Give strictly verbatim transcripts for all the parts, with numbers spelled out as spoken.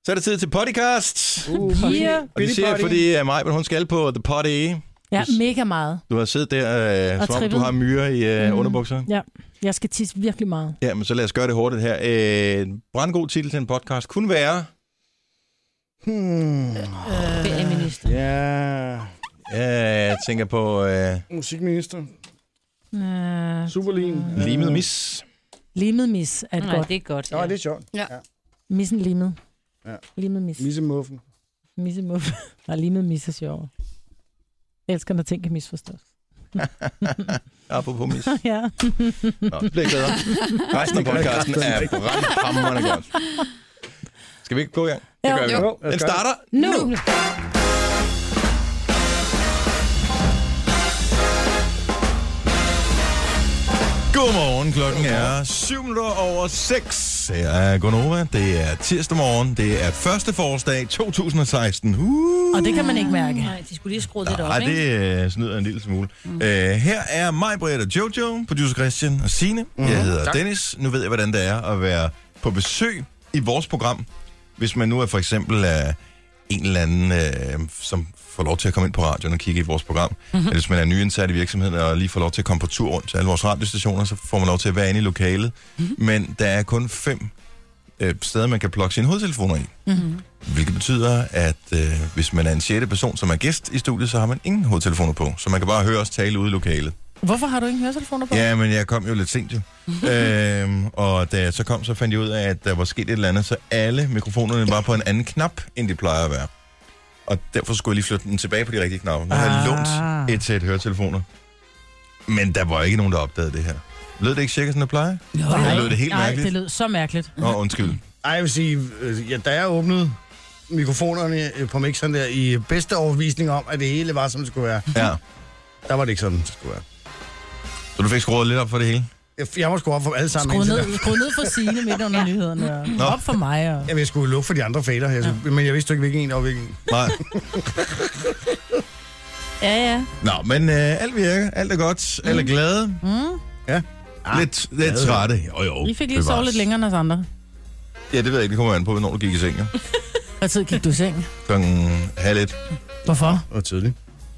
Så er det tid til podcast. Uh, Yeah. Og det siger jeg, fordi uh, Maj, hun skal på The Potty. Ja, mega meget. Du har siddet der, uh, som om trippet. du har myrer i uh, mm. underbukser. Ja, jeg skal tisse virkelig meget. Ja, men så lad os gøre det hurtigt her. Uh, en brandgod titel til en podcast kunne være... Hmm. Ferieminister. Ja. Ja, jeg tænker på... Uh, Musikminister. Uh, Superlim. limet mis. limet mis er et Nej, godt. det er godt. Ja, Ja. det er sjovt. Ja. Missen limet. Ja. Limet mis. Missemuffen. Missemuff. Nej, limet mis er sjovt. Jeg elsker, når ting kan misforstås. Apropos mis. Ja. Nå, det bliver glæder. Resten af podcasten er brandhamrende godt. Skal vi ikke gå i gang? Det gør vi. Jo, Den starter Nu! nu. Godmorgen, klokken er syv minutter over seks. Her er Gonova. Det er tirsdag morgen. Det er første forårsdag to tusind og seksten. Uh. Og det kan man ikke mærke. Nej, de skulle lige skrue lidt op, Nej, ikke? det snyder en lille smule. Mm. Uh, her er mig, Britt og Jojo, producer Christian og Signe. Mm-hmm. Jeg hedder Tak. Dennis. Nu ved jeg, hvordan det er at være på besøg i vores program. Hvis man nu er for eksempel uh, en eller anden, uh, som får lov til at komme ind på radioen og kigge i vores program. Mm-hmm. Eller hvis man er nyansat i virksomheden og lige får lov til at komme på tur rundt til alle vores radiostationer, så får man lov til at være inde i lokalet. Mm-hmm. Men der er kun fem uh, steder, man kan plukke sine hovedtelefoner i. Mm-hmm. Hvilket betyder, at øh, hvis man er en sjette person, som er gæst i studiet, så har man ingen hovedtelefoner på. Så man kan bare høre os tale ude i lokalet. Hvorfor har du ingen høretelefoner på? Ja, men jeg kom jo lidt sent jo. øhm, og da jeg så kom, så fandt jeg ud af, at der var sket et eller andet, så alle mikrofonerne var på en anden knap, end de plejer at være. Og derfor skulle jeg lige flytte den tilbage på de rigtige knapper. Nu har jeg Ah. lånt et sæt høretelefoner. Men der var ikke nogen, der opdagede det her. Lød det ikke cirka, som det plejer? Nej, Det lød det helt nej, mærkeligt. det lød så mærkeligt. Åh, undskyld. Ej, jeg vil sige, øh, ja, da jeg åbnede mikrofonerne øh, på mixeren der, i bedste overbevisning om, at det hele var, som det skulle være, Ja. der var det ikke sådan, det skulle være. Så du fik skruet lidt op for det hele? Jeg, jeg må sgu op for alle sammen. Skru indtil ned, skru ned for Signe midt under nyhederne. Og Nå. op for mig. Og... da. Jamen, jeg skulle lukke for de andre fader, jeg, ja. Men jeg vidste jo ikke, hvilken en og hvilken en. Nej. Ja, ja. Nå, men øh, alt virker, alt er godt, mm. alle er glade. Mm. Ja. Lidt, lidt trætte. Jo, jo. I fik lige bevares. sovet lidt længere end os andre. Ja, det ved jeg ikke. Det kommer an på, hvornår du gik i seng. Ja. Hvad tid gik du i seng? Klokken halv et. Hvorfor? Det var tidligt.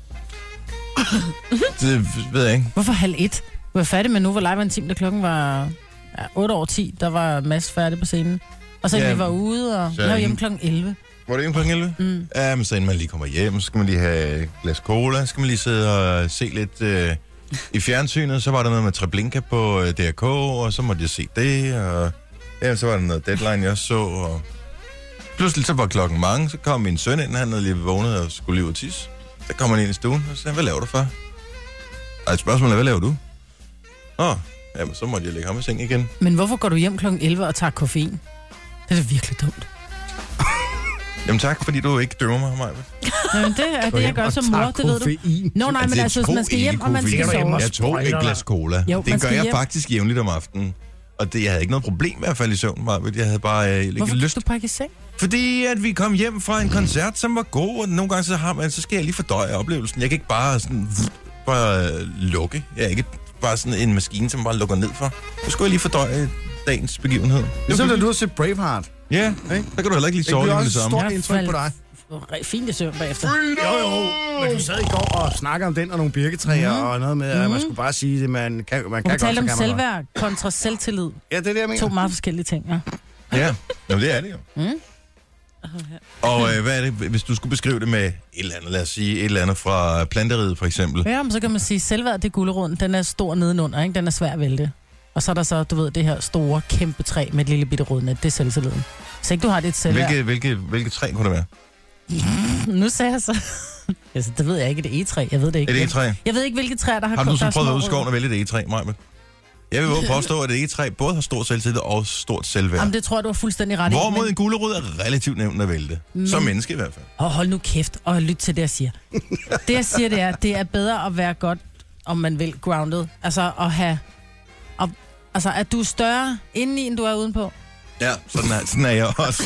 Det ved jeg ikke. Hvorfor halv et? Du var færdig med nu, hvor live var en time, da klokken var ja, otte over ti. Der var Mads færdig på scenen. Og så Ja, ja, vi var ude, og så jeg var ingen- hjemme klokken elleve. Var det ikke klokken elleve? Mm. Ja, men så inden man lige kommer hjem, så skal man lige have et glas cola, så skal man lige sidde og se lidt øh, i fjernsynet. Så var der noget med Treblinka på øh, D R K, og så måtte jeg se det, og ja, så var der noget Deadline, jeg også så, og pludselig så var klokken mange, så kom min søn ind, han havde lige vågnet og skulle lige ud og tisse. Så kom han ind i stuen, og så sagde, hvad laver du, far? Og et spørgsmål er, hvad laver du? Åh, jamen så måtte jeg lægge ham i seng igen. Men hvorfor går du hjem klokken elleve og tager koffein? Det er da virkelig dumt. Jamen tak, fordi du ikke dømmer mig, Maja. Jamen, det er det, jeg gør som mor, det ved du. Nå, nej, men altså, man skal hjem, og man skal sove. Jeg tog et glas cola. Jo, det man gør skal jeg hjem. faktisk jævnligt om aftenen. Og det, jeg havde ikke noget problem med at falde i søvn, Maja. Jeg havde bare øh, ikke Hvorfor lyst. gik du bare ikke i seng? Fordi at vi kom hjem fra en koncert, som var god, og nogle gange så, har man, så skal jeg lige fordøje oplevelsen. Jeg kan ikke bare sådan bare øh, lukke. Jeg er ikke bare sådan en maskine, som bare lukker ned for. Så skulle jeg lige fordøje dagens begivenhed. Det er sådan, at du har set Braveheart. Ja, Ikke? så kan du heller ikke lige Det sove bliver lige med også det et samme. stort Ja, indtryk på dig. Re- Fint i søvn bagefter. Jo, jo, men du sad i går og snakkede om den og nogle birketræer Mhm. og noget med, at man skulle bare sige det, man kan, man kan Hun godt, så talte om kan man godt. selvværd kontra selvtillid. Ja, det er det, jeg mener. To meget forskellige ting, ja. Ja, jamen, det er det jo. Mm. Og øh, hvad er det, hvis du skulle beskrive det med et eller andet, lad os sige, et eller andet fra planteriet for eksempel. Ja, men så kan man sige, at selvværd, det er guleroden. Den er stor nedenunder, ikke? Den er svær at vælte. Og så er der så, du ved, det her store, kæmpe træ med et lille bitte rodnet. Det er selvtilliden. Hvis ikke du har dit selvværd... Hvilke, hvilke, hvilke træ kunne det være? Nu sagde jeg så... altså, det ved jeg ikke. Det er egetræ. Jeg ved det ikke. Et egetræ? Jeg ved ikke, hvilke træer, der har... Har du der så er prøvet at små ud i skoven rødder. og vælge et egetræ, Majme? Jeg vil våge påstå, at et egetræ både har stor selvtillid og stort selvværd. Jamen, det tror jeg, du har fuldstændig ret i. Hvorimod men- en gulerod er relativt nemt at vælge. Men- Som menneske i hvert fald. Og hold nu kæft, og lyt til det, jeg siger. Det, jeg siger, det er, det er bedre at være godt, om man vil, grounded. Altså at have... At, altså, at du er større indeni, end du er udenpå. Ja, sådan er, sådan er jeg også.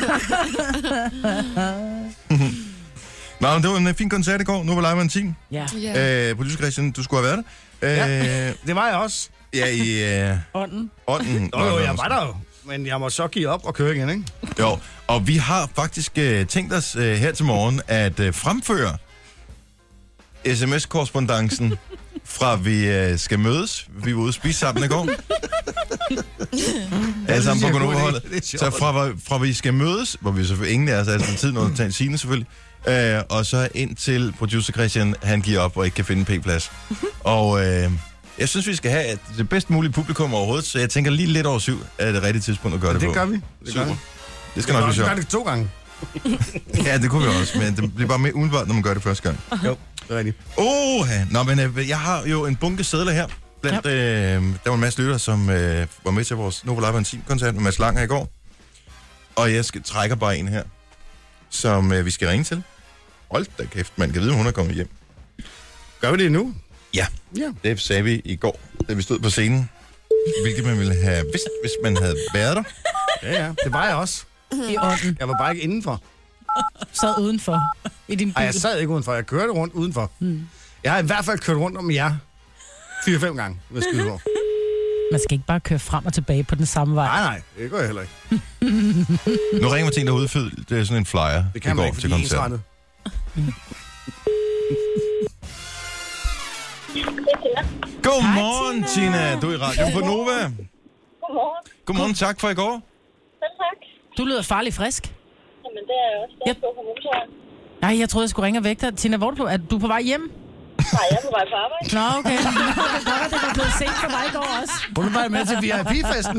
Nå, men det var en fin koncert i går. Nu var live en time. Ja. Ja. Øh, producer Christian, du skulle have været der. Øh, Det var jeg også. ja, i øh, Ånden. ånden. Nå, jo, jeg var der jo. men jeg må så give op og køre igen, ikke? Jo, og vi har faktisk øh, tænkt os øh, her til morgen at øh, fremføre sms-korrespondancen fra vi øh, skal mødes. Vi var ude at spise sammen i går. Alle sammen på Gonova-holdet. Så fra, fra vi skal mødes, hvor vi selvfølgelig ingen af os er tid, når der tager en Signe selvfølgelig, øh, og så ind til producer Christian, han giver op og ikke kan finde en p-plads. Og øh, jeg synes, vi skal have det bedst mulige publikum overhovedet, så jeg tænker lige lidt over syv er det rigtige tidspunkt at gøre det, det på. gør vi. Det Super. gør vi. Det skal nok blive sjovt. Vi gør det to gange. Ja, det kunne vi også, men det bliver bare mere umiddelbart, når man gør det første gang. Jo, det er rigtigt. Åh, nå, men øh, jeg har jo en bunke sedler her. Blandt, øh, der var en masse lytter, som øh, var med til vores Nova Live Intim-koncert med Mads Lang her i går. Og jeg skal, trækker bare en her, som øh, vi skal ringe til. Hold da kæft, man kan vide, om hun er kommet hjem. Gør vi det nu? Ja, Ja. det sagde vi i går, da vi stod på scenen. Hvilket man ville have vidst, hvis man havde været der. Ja, ja. Det var jeg også. I ånden. Jeg var bare ikke indenfor. Sad udenfor i din bil. Nej, jeg sad ikke udenfor. Jeg kørte rundt udenfor. Hmm. Jeg har i hvert fald kørt rundt om jer fire-fem gange med Skydeborg. Man skal ikke bare køre frem og tilbage på den samme vej. Nej, nej. Det gør jeg heller ikke. Nu ringer man til en, der er udfyldt. Det er sådan en flyer. Det kan man ikke, fordi det er ensrettet. Godmorgen, Hej, Tina. Tina. Du er i radioen på Nova. Godmorgen. Godmorgen, tak for i går. Selv tak. Du lyder farlig frisk. Jamen, det er jeg også. Jeg Yep. står på motoren. Nej, jeg troede, jeg skulle ringe og vække dig. Tina, hvor er du på? Er du på vej hjem? Nej, jeg er på vej på arbejde. Nå, okay. Nå, det var godt, det var blevet sent for dig i går også. Må du bare med til V I P-festen?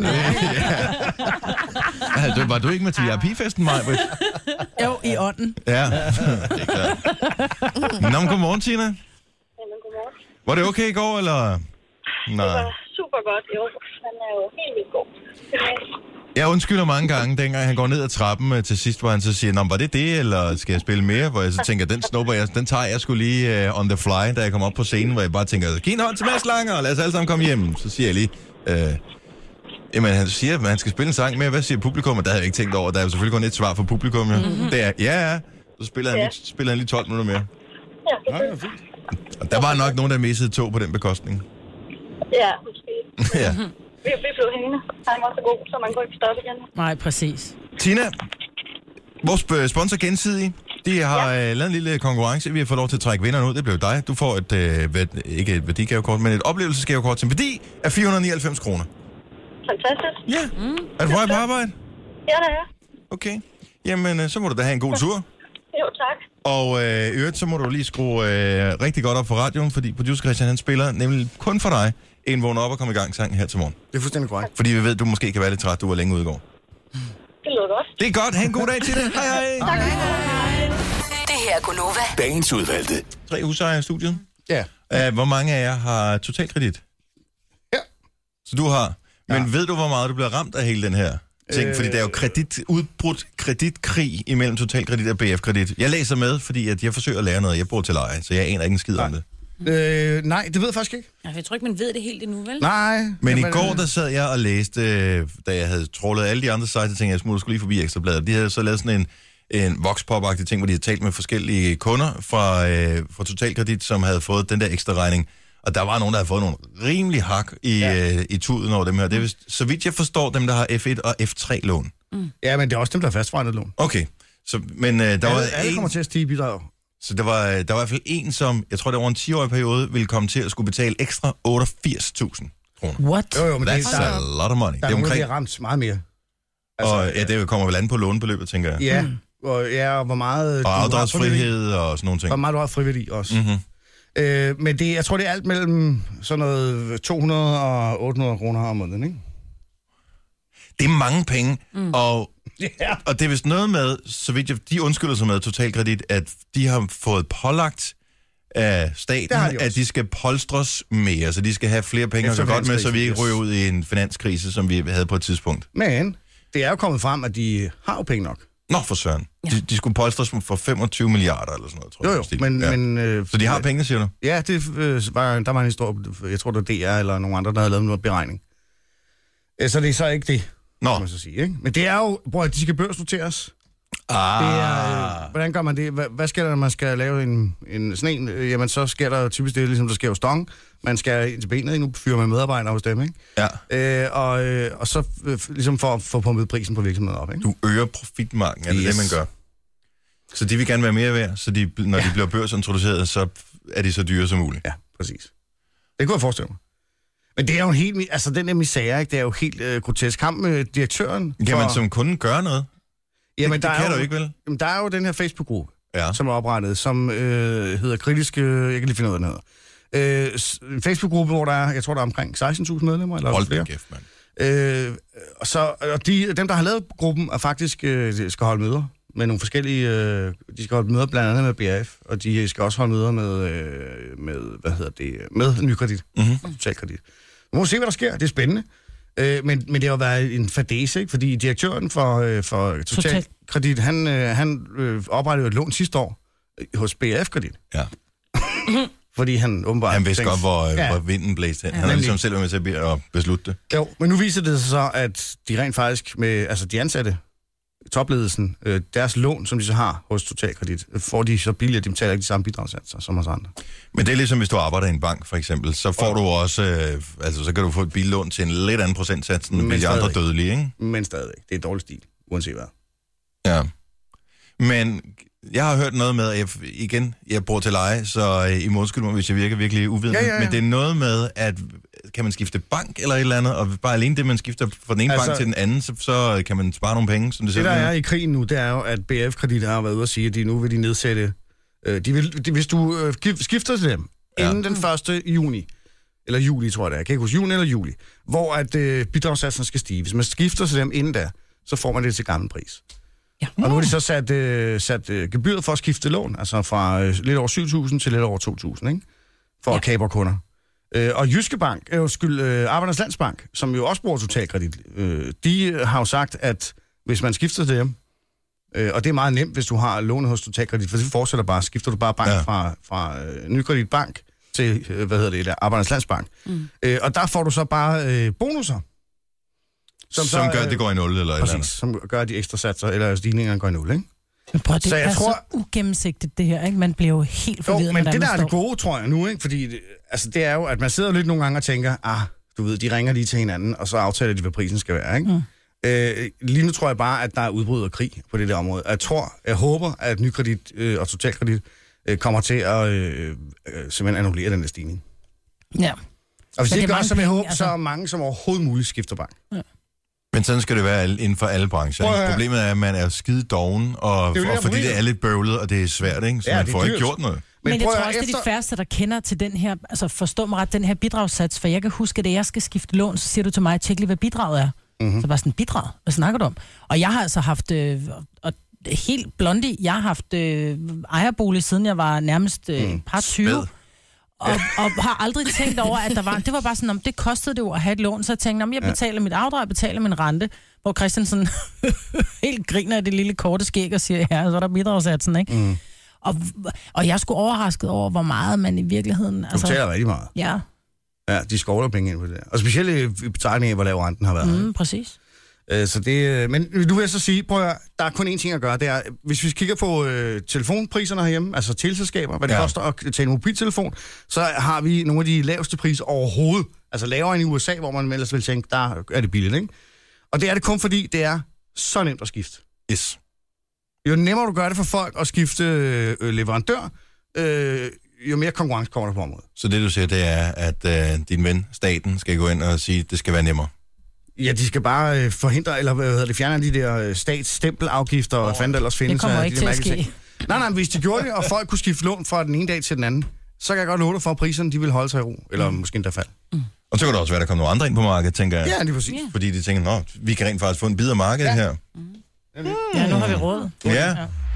Ja, var du ikke med til V I P-festen, Maj-Brit? Jo, i ånden. Ja, det er klart. Nå, men godmorgen, Tina. Jamen, godmorgen. Var det okay i går, eller? Det Nej. var super godt. Jo, han er jo helt vildt god. Jeg undskylder mange gange, dengang han går ned ad trappen øh, til sidst, hvor han så siger, nå, var det det, eller skal jeg spille mere? Hvor jeg så tænker, den snupper jeg, den tager jeg skulle lige uh, on the fly, da jeg kom op på scenen, hvor jeg bare tænker, giv en hånd til Mads Langer, og lad os alle sammen komme hjem. Så siger jeg lige, øh, jamen han siger, at han skal spille en sang mere, hvad siger publikum? Og der havde jeg ikke tænkt over, der er jo selvfølgelig kun et svar fra publikum, ja. Mm-hmm. Det er, ja, ja, så spiller han, Ja. lige, spiller han lige tolv minutter mere. Ja, Nej, det var fint. Og der var nok nogen, der missede tog på den bekostning. ja, måske. Ja. Vi, vi blev hængende. Han var så god, så man kunne ikke stoppe igen. Nej, præcis. Tina, vores øh, sponsor Gensidige, de har ja. øh, lavet en lille konkurrence. Vi har fået lov til at trække vinderen ud. Det blev dig. Du får et, øh, vært, ikke et værdigavekort, men et oplevelsesgavekort til en værdi af fire hundrede nioghalvfems kroner. Fantastisk. Ja. Mm. Er du på vej på arbejde? Ja, det er. Okay. Jamen, øh, så må du da have en god tur. Jo, tak. Og øh, i øvrigt, så må du lige skrue øh, rigtig godt op for radioen, fordi producer Christian, han spiller nemlig kun for dig en vågn op og komme i gang sang her til morgen. Det er fuldstændig korrekt. Fordi vi ved, du måske kan være lidt træt, du var længe ude i går. Det lyder godt. Det er godt. Ha' en god dag til det. Hej hej. Tak. Det her er Gunova. Dagens udvalgte. Tre husejere i studiet. Ja. Uh, hvor mange af jer har totalkredit? Ja. Så du har. Men Ja. ved du, hvor meget du bliver ramt af hele den her ting? Øh... Fordi der er jo kredit, udbrudt kreditkrig imellem totalkredit og B F-kredit. Jeg læser med, fordi at jeg forsøger at lære noget. Jeg bor til leje, så jeg aner ikke en skid om det. Øh, nej, det ved jeg faktisk ikke. Jeg tror ikke, man ved det helt endnu, vel? Nej. Men Jamen, i går, der sad jeg og læste, øh, da jeg havde trollet alle de andre sites, jeg tænkte, jeg smutter skulle lige forbi Ekstrabladet. De havde så lavet sådan en, en voxpop-agtig ting, hvor de havde talt med forskellige kunder fra, øh, fra Totalkredit, som havde fået den der ekstra regning. Og der var nogen, der havde fået nogle rimelig hak i, ja. øh, i tuden over dem her. Det er vist, så vidt jeg forstår, dem, der har F et og F tre lån. Mm. Ja, men det er også dem, der er fastforrentet lån. Okay, så, men øh, der Alle, var alle kommer en, til at stige bidrag. så der var, der var i hvert fald en, som, jeg tror, det over en ti-årig periode, ville komme til at skulle betale ekstra otteogfirs tusind kroner. What? Jo, jo, men det, That's der, a lot of money. der er Det er nogen, der omkring, bliver ramt meget mere. Altså, og ja, det kommer vel an på lånebeløbet, tænker jeg. Ja, og, ja, og hvor meget... Og du har afdragsfrihed og sådan nogle ting. Hvor meget du har frivillig også. Mm-hmm. Øh, men det, jeg tror, det er alt mellem sådan noget to hundrede og otte hundrede kroner om måneden, ikke? Det er mange penge, mm. og, Ja. og det er vist noget med, så vidt jeg, de undskylder sig med Totalkredit, at de har fået pålagt af staten, Det har de også. at de skal polstres mere, så de skal have flere penge Efter at gå godt med, så vi ikke finanskrisen, ryger ud i en finanskrise, som vi havde på et tidspunkt. Men det er jo kommet frem, at de har jo penge nok. Nå for søren. De, de skulle polstres for femogtyve milliarder eller sådan noget, tror Jo, jeg. jo, stil. men... Ja. men øh, Så de har pengene, siger du? Ja, det øh, var, der var en historie, jeg tror, det var D R eller nogle andre, der havde lavet noget beregning. Øh, Så det er så ikke det, Nå, kan man så sige, ikke? Men det er jo, bror, de skal børsnoteres. Ah. Det er, øh, hvordan gør man det? Hvad, hvad sker der, når man skal lave en, en sådan en? Øh, jamen, så sker der typisk det, ligesom der sker jo stong. Man skal ind til benet, ikke? Nu fyrer man medarbejdere hos dem, ikke? Ja. Øh, og, øh, og så øh, ligesom for at få pumpet prisen på virksomheden op, ikke? Du øger profitmarken, er det Yes. det, man gør? Så de vil gerne være mere værd, så de, når ja. de bliver børsintroduceret, så er de så dyre som muligt. Ja, præcis. Det kunne jeg forestille mig. Men det er jo en helt, altså den der misære, ikke? Det er jo helt øh, grotesk. Kamp med direktøren. Kan for... man som kunde gøre noget? Jamen, det der det kan er du jo, ikke, vel? Jamen, der er jo den her Facebook-gruppe, Ja. som er oprettet, som øh, hedder Kritisk... Øh, jeg kan lige finde ud af, hvad den hedder. Øh, s- en Facebook-gruppe, hvor der er, jeg tror, der er omkring seksten tusind medlemmer, eller Hold flere. da kæft, mand. Øh, og så, og de, dem, der har lavet gruppen, er faktisk øh, skal holde møder med nogle forskellige... Øh, de skal holde møder blandt andet med B R F, og de skal også holde møder med, øh, med hvad hedder det, med Nykredit, Mhm. Totalkredit. Nu må vi se, hvad der sker. Det er spændende. Øh, men, men det har jo været en fadese, ikke? Fordi direktøren for, øh, for Totalkredit, han, øh, han øh, oprettede jo et lån sidste år øh, hos B R F-kredit. Ja. Fordi han åbenbart... Han vidste tænkte- godt, hvor, Ja. ja. hvor vinden blæste hen. Ja. Han har ligesom Nemlig. selv været med til at be- at beslutte det. Jo, men nu viser det sig så, at de rent faktisk med, altså de ansatte, topledelsen, øh, deres lån, som de så har hos Totalkredit, får de så billigt, at de betaler ikke de samme bidragssatser som os andre. Men det er ligesom, hvis du arbejder i en bank, for eksempel, så får du også, øh, altså så kan du få et billån til en lidt anden procentsats end Men de andre stadigvæk. dødelige, ikke? Men stadigvæk, det er dårlig stil, uanset hvad. Ja. Men jeg har hørt noget med, at jeg, igen, jeg bor til leje, så øh, I må undskylde mig, hvis jeg virker virkelig uvidende. Ja, ja, ja. Men det er noget med, at kan man skifte bank eller et eller andet, og bare alene det, man skifter fra den ene Altså- bank til den anden, så, så kan man spare nogle penge, som det Det, ser der ud er nu. i krigen nu, det er jo, at B F Kredit har været ude at sige, at de nu vil de nedsætte... Øh, de vil, de, hvis du øh, gif- skifter til dem Ja. inden den første juni, eller juli, tror jeg det er, jeg kan ikke huske, juni eller juli, hvor at øh, bidragssatsen skal stige. Hvis man skifter til dem inden da, så får man det til gammel pris. Ja. Og nu har de så sat, øh, sat øh, gebyret for at skifte lån, altså fra øh, lidt over syv tusind til lidt over to tusind, ikke? For ja. at kapre kunder. Øh, og Jyske Bank, er jo skyld, øh, Arbejdernes Landsbank, som jo også bruger Totalkredit, øh, de har jo sagt, at hvis man skifter til dem, øh, og det er meget nemt, hvis du har lånet hos Totalkredit, for det fortsætter bare, skifter du bare bank Ja. ja. fra, fra øh, Nykredit Bank til, øh, hvad hedder det, der, Arbejdernes Landsbank. Mm. Øh, og der får du så bare øh, bonusser. Som, som så, gør, øh, at det går i nul eller et eller Præcis, andet. som gør, at de ekstra satser, eller stigningerne går i nul, ikke? Men prøv, det Så jeg er tror- så ugennemsigtigt, det her, ikke? Man bliver jo helt Jo, forvirret, men hvordan det der man er det står. gode, tror jeg nu, ikke? Fordi det, altså, det er jo, at man sidder lidt nogle gange og tænker, ah, du ved, de ringer lige til hinanden, og så aftaler de, hvad prisen skal være, ikke? Mm. Øh, lige nu tror jeg bare, at der er udbrud af krig på det der område. Jeg tror, jeg håber, at Nykredit øh, og Totalkredit øh, kommer til at øh, øh, simpelthen annullere den der stigning. Ja. Og hvis Men de det ikke er gør, mange så vil jeg penge, håbe, altså. så mange som overhovedet muligt skifter bank. Men sådan skal det være alle- inden for alle brancher. Prøv at Ikke? høre. Problemet er, at man er skide doven, og, Det er jo det, og der fordi problemet. det er lidt bøvlet, og det er svært, ikke? så Ja, man det er får ikke dyrt. gjort noget. Men, men jeg prøv at tror høre, også, det er de efter- færreste, der kender til den her, altså forstå mig ret, den her bidragssats, for jeg kan huske, at da jeg skal skifte lån, så siger du til mig, tjek lige, hvad bidraget er. Mm-hmm. Så bare sådan, bidrag, hvad snakker du om? Og jeg har altså haft, øh, og helt blondie, jeg har haft øh, ejerbolig, siden jeg var nærmest øh, Mm. par tyve. Spæd. Og, og har aldrig tænkt over, at der var... Det var bare sådan, om det kostede det jo at have et lån. Så jeg tænkte, om jeg betaler mit afdrag, jeg betaler min rente. Hvor Christian sådan helt griner af det lille korte skæg og siger, ja, så er der bidragssatsen, ikke? Mm. Og, og jeg er sgu overrasket over, hvor meget man i virkeligheden... Du betaler rigtig meget. Ja, Ja, de skovler penge ind på det der. Og specielt i betragtning af, hvor lav renten har været. mm, præcis. Øh, Så det, men nu vil jeg så sige, prøv at høre, der er kun én ting at gøre, det er, hvis vi kigger på øh, telefonpriserne herhjemme, altså teleselskaber, hvad det Ja. ja. koster at tage en mobiltelefon, så har vi nogle af de laveste priser overhovedet. Altså lavere end i U S A, hvor man ellers vil tænke, der er det billigt, ikke? Og det er det kun fordi, det er så nemt at skifte. Yes. Jo nemmere du gør det for folk at skifte øh, leverandør, øh, jo mere konkurrence kommer der på området. Så det du siger, det er, at øh, din ven, staten, skal gå ind og sige, at det skal være nemmere. Ja, de skal bare øh, forhindre, eller hvad hedder det, fjerne de der øh, statsstempelafgifter, og hvad fanden der ellers findes. Det kommer af ikke de der til at mærkelige ske. ting. Nej, nej, hvis de gjorde det, og folk kunne skifte lån fra den ene dag til den anden, så kan jeg godt love dig for, at priserne de vil holde sig i ro, eller mm. måske endda fald. Og så kan det også være, at der kommer nogle andre ind på markedet, tænker jeg. Ja, lige præcis. Ja. Fordi de tænker, nå, vi kan rent faktisk få en bid af markedet Ja. her. Ja, nu har vi råd. Ja.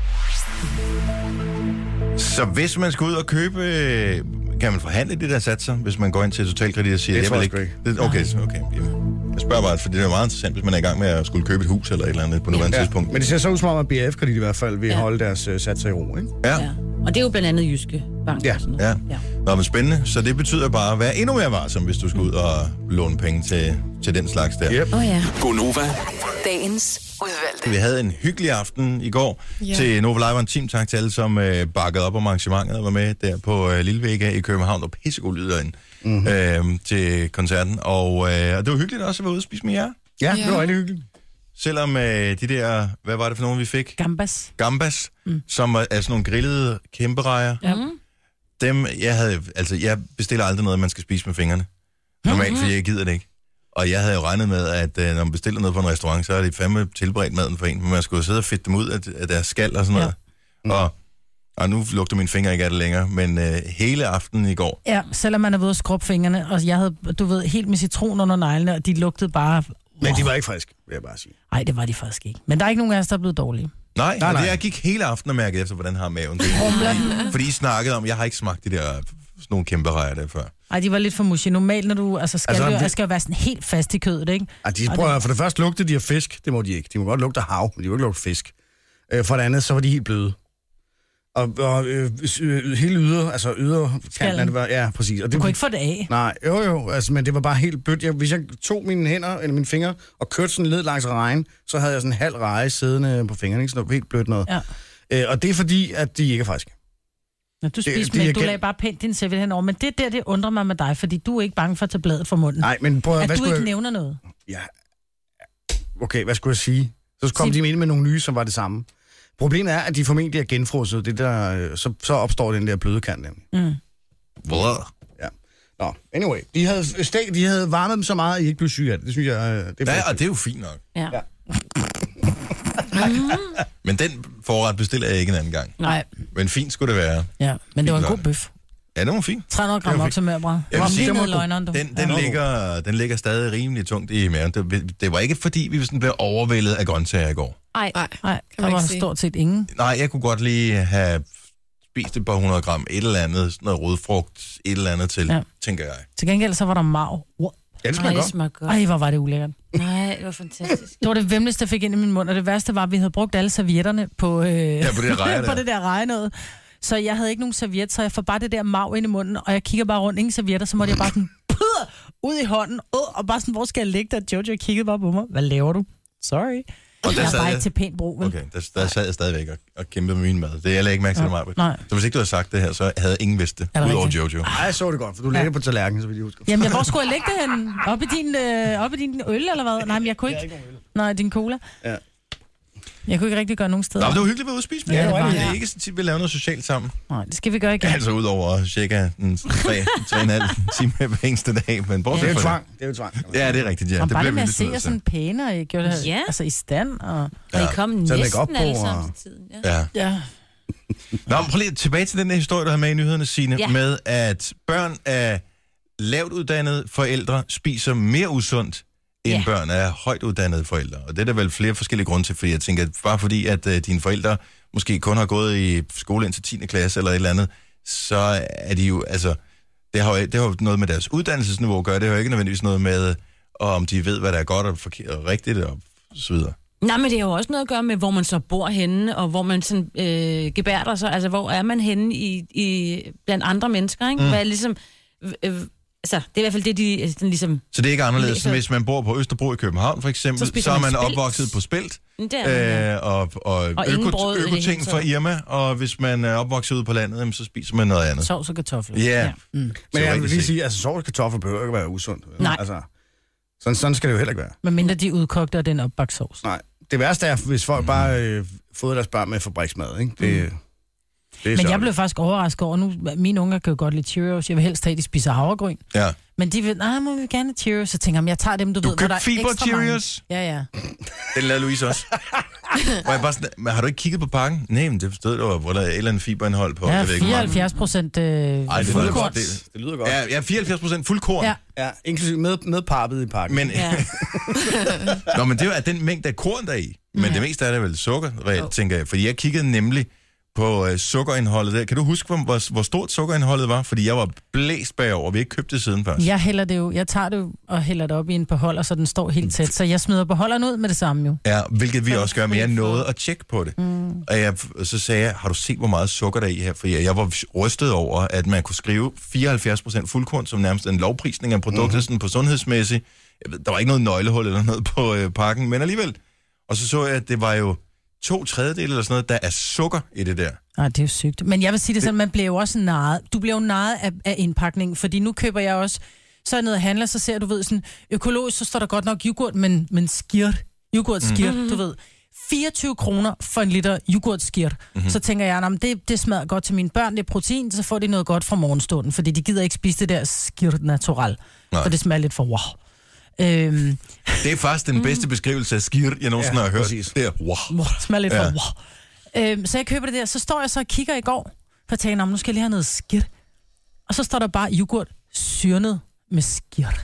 Så hvis man skal ud og købe, øh, kan man forhandle de der satser, hvis man går ind til Totalkredit og siger, Det jeg tror vil jeg ikke... sgu Det, okay, så okay. Jamen, jeg spørger bare, fordi det er meget interessant, hvis man er i gang med at skulle købe et hus eller et eller andet på nuværende Ja. tidspunkt. Men det ser så ud som om, at B F Kredit i hvert fald vil Ja. holde deres uh, satser i ro, ikke? Ja, Ja. Og det er jo blandt andet Jyske Bank. Ja. Og sådan noget. ja. Ja. Nå, men spændende. Så det betyder bare at være endnu mere varsom, hvis du skal ud og låne penge til, til den slags der. Yep. Åh oh, ja. Gonova, dagens udvalgte. udvalgte. Vi havde en hyggelig aften i går ja. til Nova Live og en team. Tak til alle, som øh, bakkede op om arrangementet og var med der på øh, Lillevega i København. Og pissegod lyd derinde mm-hmm. øh, til koncerten. Og øh, det var hyggeligt også at være ude og spise med jer. Ja, ja. Det var rigtig hyggeligt. Selvom øh, de der, hvad var det for nogen, vi fik? Gambas. Gambas, mm. som er sådan nogle grillede kæmperejer. Ja. Dem, jeg havde, altså jeg bestiller aldrig noget, man skal spise med fingrene. Normalt, fordi jeg gider det ikke. Og jeg havde jo regnet med, at øh, når man bestiller noget på en restaurant, så er det fandme tilberedt maden for en. Men man skulle sidde og fedte dem ud af, af deres skal og sådan noget. Ja. Mm. Og, og nu lugter mine fingre ikke af det længere. Men øh, hele aftenen i går... Ja, selvom man er ved at skrubbe fingrene, og jeg havde, du ved, helt med citron under neglene, og de lugtede bare... Men de var ikke friske, vil jeg bare sige. Nej, det var de faktisk ikke. Men der er ikke nogen af os, der er blevet dårlige. Nej, nej, nej. Det, jeg gik hele aftenen og mærkede efter, hvordan har maven det. fordi, fordi I snakkede om, jeg har ikke smagt de der sådan nogle kæmpe rejer der før. Nej, de var lidt for mushy. Normalt, når du altså, skal, altså, det... jo, skal jo være sådan helt fast i kødet, ikke? Ej, de prøver, for det første lugte de af fisk, det må de ikke. De må godt lugte af hav, men de må ikke lugte fisk. Øh, for det andet, så var de helt bløde. Og, og øh, øh, hele yder, altså yderkanten, det var, ja, præcis. Og det, du kunne ikke få det af. Nej, jo jo, altså, men det var bare helt blødt. Jeg, hvis jeg tog mine hænder, eller mine fingre, og kørte sådan led langs rejen, så havde jeg sådan en halv reje siddende på fingrene, ikke? Så det var helt blødt noget. Ja. Øh, og det er fordi, at de ikke er friske. Når du spiste med, du lagde bare pænt din serviet henover, men det der, det undrer mig med dig, fordi du er ikke bange for at tage bladet fra munden. Nej, men prøv at... At hvad du ikke jeg... nævner noget. Ja. Okay, hvad skulle jeg sige? Så kom Sig... de ind med nogle nye, som var det samme. Problemet er, at de formentlig er genfrosset. Det der, så, så opstår den der bløde kant. Mm. Ja. Nå, anyway. De havde, steg, de havde varmet dem så meget, at I ikke blev syge af det. Det synes jeg... Det er ja, og det er jo fint nok. Ja. ja. Men den forret bestiller jeg ikke en anden gang. Nej. Men fint skulle det være. Ja, men det var en god bøf. Ja, det var fint. tre hundrede gram oksemørbrad. Det var lige ned i løgneren, du. Den, den, ja, ligger, den ligger stadig rimelig tungt i maven. Det, det var ikke fordi, vi sådan blev overvældet af grøntsager i går. Nej, nej, der var stort set ingen. Nej, jeg kunne godt lige have spist et par hundrede gram, et eller andet, sådan noget rodfrugt, et eller andet til, ja. tænker jeg. Til gengæld så var der marv. Wow. Ja, det smager godt. godt. Ej, hvor var det ulækkert. Nej, det var fantastisk. Det var det vemmeligste, jeg fik ind i min mund, og det værste var, at vi havde brugt alle servietterne på, øh, ja, på det der på det der reje noget. Så jeg havde ikke nogen serviet, så jeg får bare det der marv ind i munden, og jeg kigger bare rundt, ingen servietter, så måtte jeg bare sådan ud i hånden, øh, og bare sådan, hvor skal jeg ligge der? Jojo kiggede bare på mig. Hvad laver du? Sorry. Og jeg er bare ikke til pænt brug, vel? Okay, der, der sad jeg stadigvæk og, og kæmpede med min mad. Det jeg lagde ikke mærke til ja, det meget. Så hvis ikke du havde sagt det her, så havde ingen vidst det, det udover Jojo. Nej, jeg så det godt, for du lagde ja. det på tallerkenen, så vidt jeg husker. Jamen, hvor skulle jeg lægge det hen? Op i din, øh, op i din øl, eller hvad? Nej, men jeg kunne ikke. ikke Nej, din cola. Ja. Jeg kunne ikke rigtig gøre nogen steder. Nå, det var hyggeligt at være ude at spise med. Ja, det, var, det er ikke så tit, vi laver noget socialt sammen. Nej, det skal vi gøre igen. Altså udover cirka en tre, tre og en halv time hver eneste dag. Men ja, det er jo tvang. Det er jo tvang. Ja, det er rigtigt, ja. Og det bare det med at se jer sådan pænere, I gjorde det ja. altså i stand. Og, ja. og I kom næsten op på, alle sammen til tiden. Ja. ja. ja. Nå, prøv lige tilbage til den her historie, du havde med i nyhederne, Signe, ja. med at børn af lavt uddannede forældre spiser mere usundt end yeah. børn af højt uddannede forældre. Og det er der vel flere forskellige grunde til, fordi jeg tænker, at bare fordi, at uh, dine forældre måske kun har gået i skole indtil tiende klasse eller et eller andet, så er de jo, altså, det har jo, det har jo noget med deres uddannelsesniveau at gøre, det har jo ikke nødvendigvis noget med, om de ved, hvad der er godt og forkert og rigtigt og så videre. Nej, men det har jo også noget at gøre med, hvor man så bor henne, og hvor man sådan øh, gebærder sig, altså hvor er man henne i, i blandt andre mennesker, ikke? Mm. Hvad er ligesom... Øh, Altså, det er i hvert fald det, de sådan ligesom... Så det er ikke anderledes, hvis man bor på Østerbro i København, for eksempel, så, så er man, man opvokset på Spelt, øh, og, og, og øko, økoting fra Irma, og hvis man er opvokset ude på landet, så spiser man noget andet. Sovs og kartofler. Yeah. Ja. Mm. Men jeg vil lige sige, altså sovs og kartofler behøver ikke være usundt. Nej. Altså, sådan, sådan skal det jo heller ikke være. Men mindre de er udkogte af den opbagt sovs. Nej. Det værste er, hvis folk mm. bare øh, fodrer deres børn med fabriksmad, ikke? Det... Mm. Men jeg blev faktisk overrasket over, nu mine unger kan jo godt lide Cheerios, jeg vil helst have, at de spiser havregryn. Ja. Men de vil, nej, må vi gerne have Cheerios, så tænker jeg, jeg tager dem, du, du ved, hvor der er ekstra mange. Du købte Cheerios? Ja, ja. Den lavede Louise også. Hvor jeg bare sådan, men har du ikke kigget på pakken? Nej, men det forstod du, hvor der er et eller andet fiberindhold på. Ja, jeg ved ikke, fireoghalvfjerds procent øh, fuldkorn. Det, det lyder godt. Ja, ja fireoghalvfjerds procent fuldkorn. Ja. Ja, inklusive med, med pappet i pakken. Men, ja. Nå, men det er jo den mængde af korn, der er i. Men ja. det meste er det vel sukker, reelt, oh. tænker jeg. Fordi jeg kiggede nemlig på uh, sukkerindholdet der. Kan du huske, hvor, hvor, hvor stort sukkerindholdet var? Fordi jeg var blæst bagover, og vi har ikke købt det siden først. Jeg hælder det jo. Jeg tager det jo og hælder det op i en beholder, så den står helt tæt. Så jeg smider beholderen ud med det samme jo. Ja, hvilket vi også gør, men jeg nåede at tjekke på det. Mm. Og jeg, så sagde jeg, har du set, hvor meget sukker der er i her? For jeg, jeg var rystet over, at man kunne skrive fireoghalvfjerds procent fuldkorn, som nærmest en lovprisning af produktet, mm. sådan på sundhedsmæssigt. Jeg ved, der var ikke noget nøglehul eller noget på øh, pakken, men alligevel. Og så så jeg, at det var jo to tredjedele eller sådan noget, der er sukker i det der. Nej, det er jo sygt. Men jeg vil sige det sådan, man bliver jo også narret. Du bliver jo narret af, af indpakningen, fordi nu køber jeg også, så er jeg nede og handler, så ser du ved sådan, økologisk, så står der godt nok yoghurt, men, men skirt. Yoghurt skirt, mm. du ved. fireogtyve kroner for en liter yoghurt skirt. Mm-hmm. Så tænker jeg, nah, det, det smager godt til mine børn, det er protein, så får de noget godt fra morgenstunden, fordi de gider ikke spise det der skirt natural. For det smager lidt for wow. Øhm. Det er faktisk den bedste beskrivelse af skirt, jeg nogensinde ja, har hørt. Præcis. Det er wow. wow. Det smager lidt ja. for wow. Øhm, så jeg køber det der, så står jeg så og kigger i går, for at tænke, nu skal jeg lige have noget skirt. Og så står der bare yoghurt syrnet med skirt.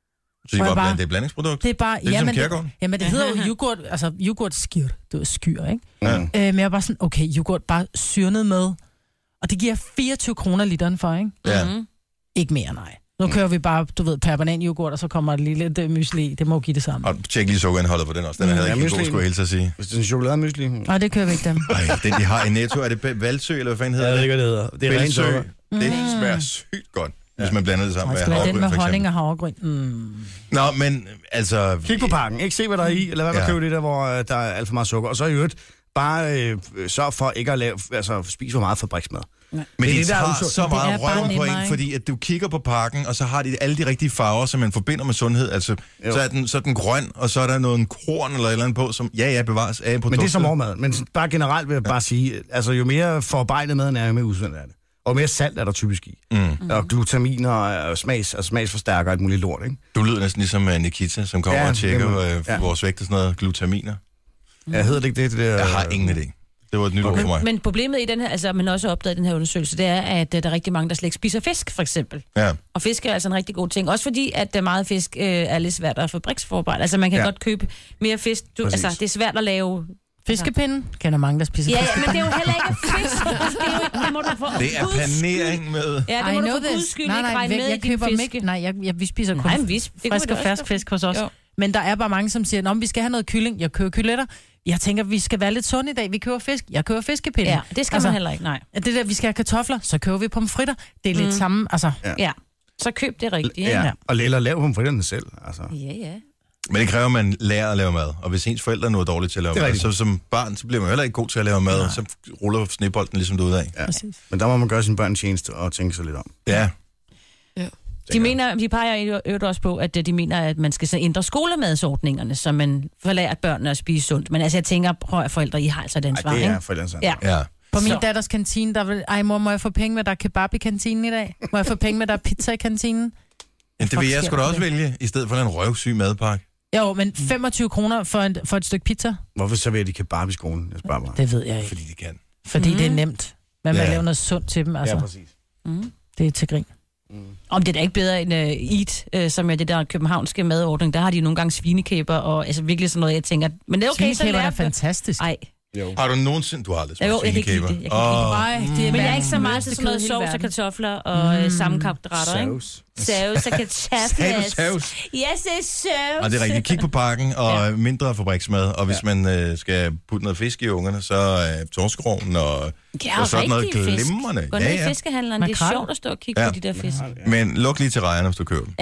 Så det er bare det er blandingsprodukt? Det er bare, det er jamen, ligesom det, jamen det hedder jo yoghurt, altså yoghurt skirt, det er skyr, ikke? Ja. Øh, men jeg er bare sådan, okay, yoghurt bare syrnet med, og det giver fireogtyve kroner literen for, ikke? Ja. Mm-hmm. Ikke mere, nej. Nu kører vi bare, du ved, permanent yoghurt, og så kommer der lige lidt uh, mysli i. Det må give det samme. Og tjek lige sukkerindholdet på den også. Den er heller ja, ikke god, skulle jeg hilse at sige. Hvis det er en chokolademysli. Nej, det kører vi ikke dem. Nej, den de har i Netto, er det Valsø, eller hvad fanden hedder det? Ja, det? Det, det er rent sukker. Det smager sygt godt, ja. hvis man blander det sammen med havregryn, den med for honning og havregryn. Mm. Nå, men altså... Kig på pakken. Ikke se, hvad der er i, eller hvad man ja. køber det der, hvor uh, der er alt for meget sukker. Og så i øvrigt, bare øh, sørg for ikke at lave, altså, spise for meget fabriksmad. Men det, det tager det så meget røven på en, mig. fordi at du kigger på pakken, og så har de alle de rigtige farver, som man forbinder med sundhed. Altså, så er, den, så er den grøn, og så er der noget korn eller et eller andet på, som ja, ja, bevares af produktet. Men det er som morgenmad. Men bare generelt vil jeg ja. bare sige, altså jo mere forarbejdet maden er, jo mere usundt er det. Og mere salt er der typisk i. Mm. Og glutamin og smags, og smagsforstærker og alt muligt lort, ikke? Du lyder næsten ligesom Nikita, som kommer ja, og tjekker øh, ja. vores vægt og sådan noget. Glutaminer. Mm. Ja, hedder det ikke det? det der, jeg har ingen idé. Det var et nyt okay. ord for mig. Men problemet i den her, altså man har også opdaget i den her undersøgelse, det er, at der er rigtig mange, der slet ikke spiser fisk, for eksempel. Ja. Og fisk er altså en rigtig god ting. Også fordi, at meget fisk øh, er lidt svært at fabriksforarbejde. Altså man kan ja. godt købe mere fisk. Du, altså det er svært at lave... Fiskepinde? Kender mange, der spiser ja, fiskepinde. Ja, men det er jo heller ikke fisk. Det er, jo, det må du for det er panering med... Ja, det må du for guds skyld ikke regne med i din fiske. Nej, jeg, jeg, vi spiser kun Nej, vi, frisk og fersk fisk hos os. Jo. Men der er bare mange, som siger, at vi skal have noget kylling. Jeg køber kyletter. Jeg tænker, vi skal være lidt sunde i dag. Vi køber fisk. Jeg køber fiskepinde. Ja, det skal altså, man heller ikke, nej. Det der, vi skal have kartofler, så køber vi pomfritter. Det er lidt mm. samme, altså. Ja. ja, så køb det rigtigt. Ja, ja. Og eller lav pomfritterne selv, altså. Ja, ja. Men det kræver, at man lærer at lave mad. Og hvis ens forældre nu er dårlige til at lave mad, så som barn, så bliver man heller ikke god til at lave mad. Ja. Så ruller snebolden ligesom du ud af. Ja. Men der må man gøre sin børn tjeneste og tænke sig lidt om. Ja. Ja. De, mener, de peger i øvrigt også på, at de mener, at man skal så ændre skolemadsordningerne, så man får lært børnene at spise sundt. Men altså, jeg tænker, prøv at forældre, I har altså den svar, ikke? ikke? Det er forældrenes ansvar. Ja. ja. På min så. datters kantine, der vil, ej mor, må jeg få penge med, der er kebab i kantinen i dag? Må jeg få penge med, der er pizza i kantinen? Ja, det vil jeg sgu da også vælge, i stedet for en røvsyg madpakke. Jo, men femogtyve kroner for, en, for et stykke pizza? Hvorfor serverer de kebab i skolen? Jeg spørger mig. Det ved jeg ikke. Fordi de kan. Fordi mm. det er nemt. Men man ja. laver noget sundt til dem, altså. Ja, præcis. Mm. Det er til grin. Mm. Om det er da ikke bedre end uh, Eat, uh, som er det der københavnske madordning. Der har de nogle gange svinekæber, og altså virkelig sådan noget, jeg tænker... Men det er okay, så lærer er fantastisk. Ej. Jo. Har du nogensinde... Du har aldrig smagt jo, jeg svinekæber. Kan det. Jeg kan oh. Ej, det er men jeg er ikke så meget til sådan noget sovs og kartofler og mm. sammenkogte retter, ikke? Saus og kartofler. Saus. Yes, det er saus. Og det er rigtigt. Kig på pakken og ja. mindre fabriksmad. Og hvis ja. man øh, skal putte noget fisk i ungerne, så er øh, torskeroven og, ja, og sådan noget glimrende. Gå ned ja, ja. i fiskehandleren. Det er sjovt at stå og kigge ja. på de der fisk. Ja. Men luk lige til rejerne, hvis du køber dem. Ja,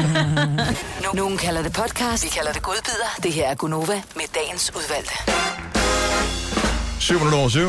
ja. Nogen kalder det podcast, vi kalder det godbider. Det her er Gunova med dagens udvalgte. syv minutter over syv.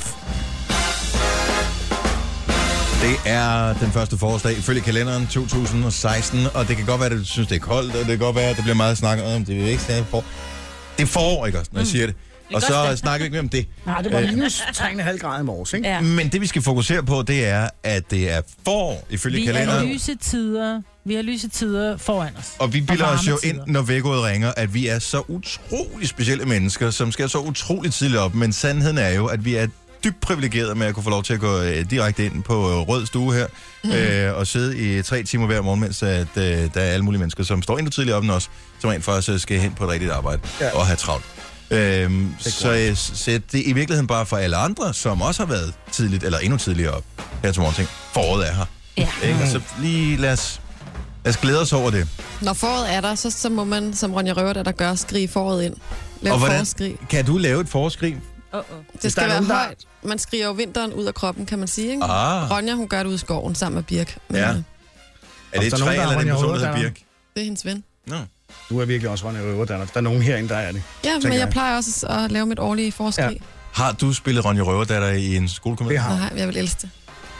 Det er den første forårsdag ifølge kalenderen to tusind og seksten, og det kan godt være, at du synes, det er koldt, og det kan godt være, at det bliver meget snakket om, det er ikke sådan for. Det er forår, ikke også, når jeg siger det. Og så snakker vi ikke mere om det. Nej, det var minus tre komma fem grader i morges, ikke? Ja. Men det, vi skal fokusere på, det er, at det er forår ifølge vi kalenderen. Vi er lyse tider. Vi har lyse tider foran os. Og vi bilder os jo ind, når vækkeuret ringer, at vi er så utrolig specielle mennesker, som skal så utroligt tidligt op. Men sandheden er jo, at vi er dybt privilegerede med at kunne få lov til at gå øh, direkte ind på øh, rød stue her, mm. øh, og sidde i tre timer hver morgen, mens at, øh, der er alle mulige mennesker, som står endnu tidligere op end os, som rent faktisk skal hen på et rigtigt arbejde ja. og have travlt. Øhm, så, så det er i virkeligheden bare for alle andre, som også har været tidligt, eller endnu tidligere op her til morgen. Foråret er her. Ja. Ikke? Og så lige lad os, lad os glæde os over det. Når foråret er der, så, så må man, som Ronja Røver, der, der gør, skrige foråret ind. Lav og hvordan, forårsskrig. Kan du lave et forårskrig? Uh-uh. Det skal være højt. Man skriger jo vinteren ud af kroppen, kan man sige. Ikke? Ah. Ronja, hun gør det ude i skoven sammen med Birk. Men, ja. øh, Er det et træ, eller er det en person, der hedder Birk? Det er hendes ven. Nå. Du er virkelig også Ronja Røver, der, der er nogen herinde, der er det. Ja, men tænker jeg jeg. plejer også at lave mit årlige forskrig. Ja. Ja. Har du spillet Ronja Røverdatter i en skolekomedie? Det har Nej, jeg vil elske det.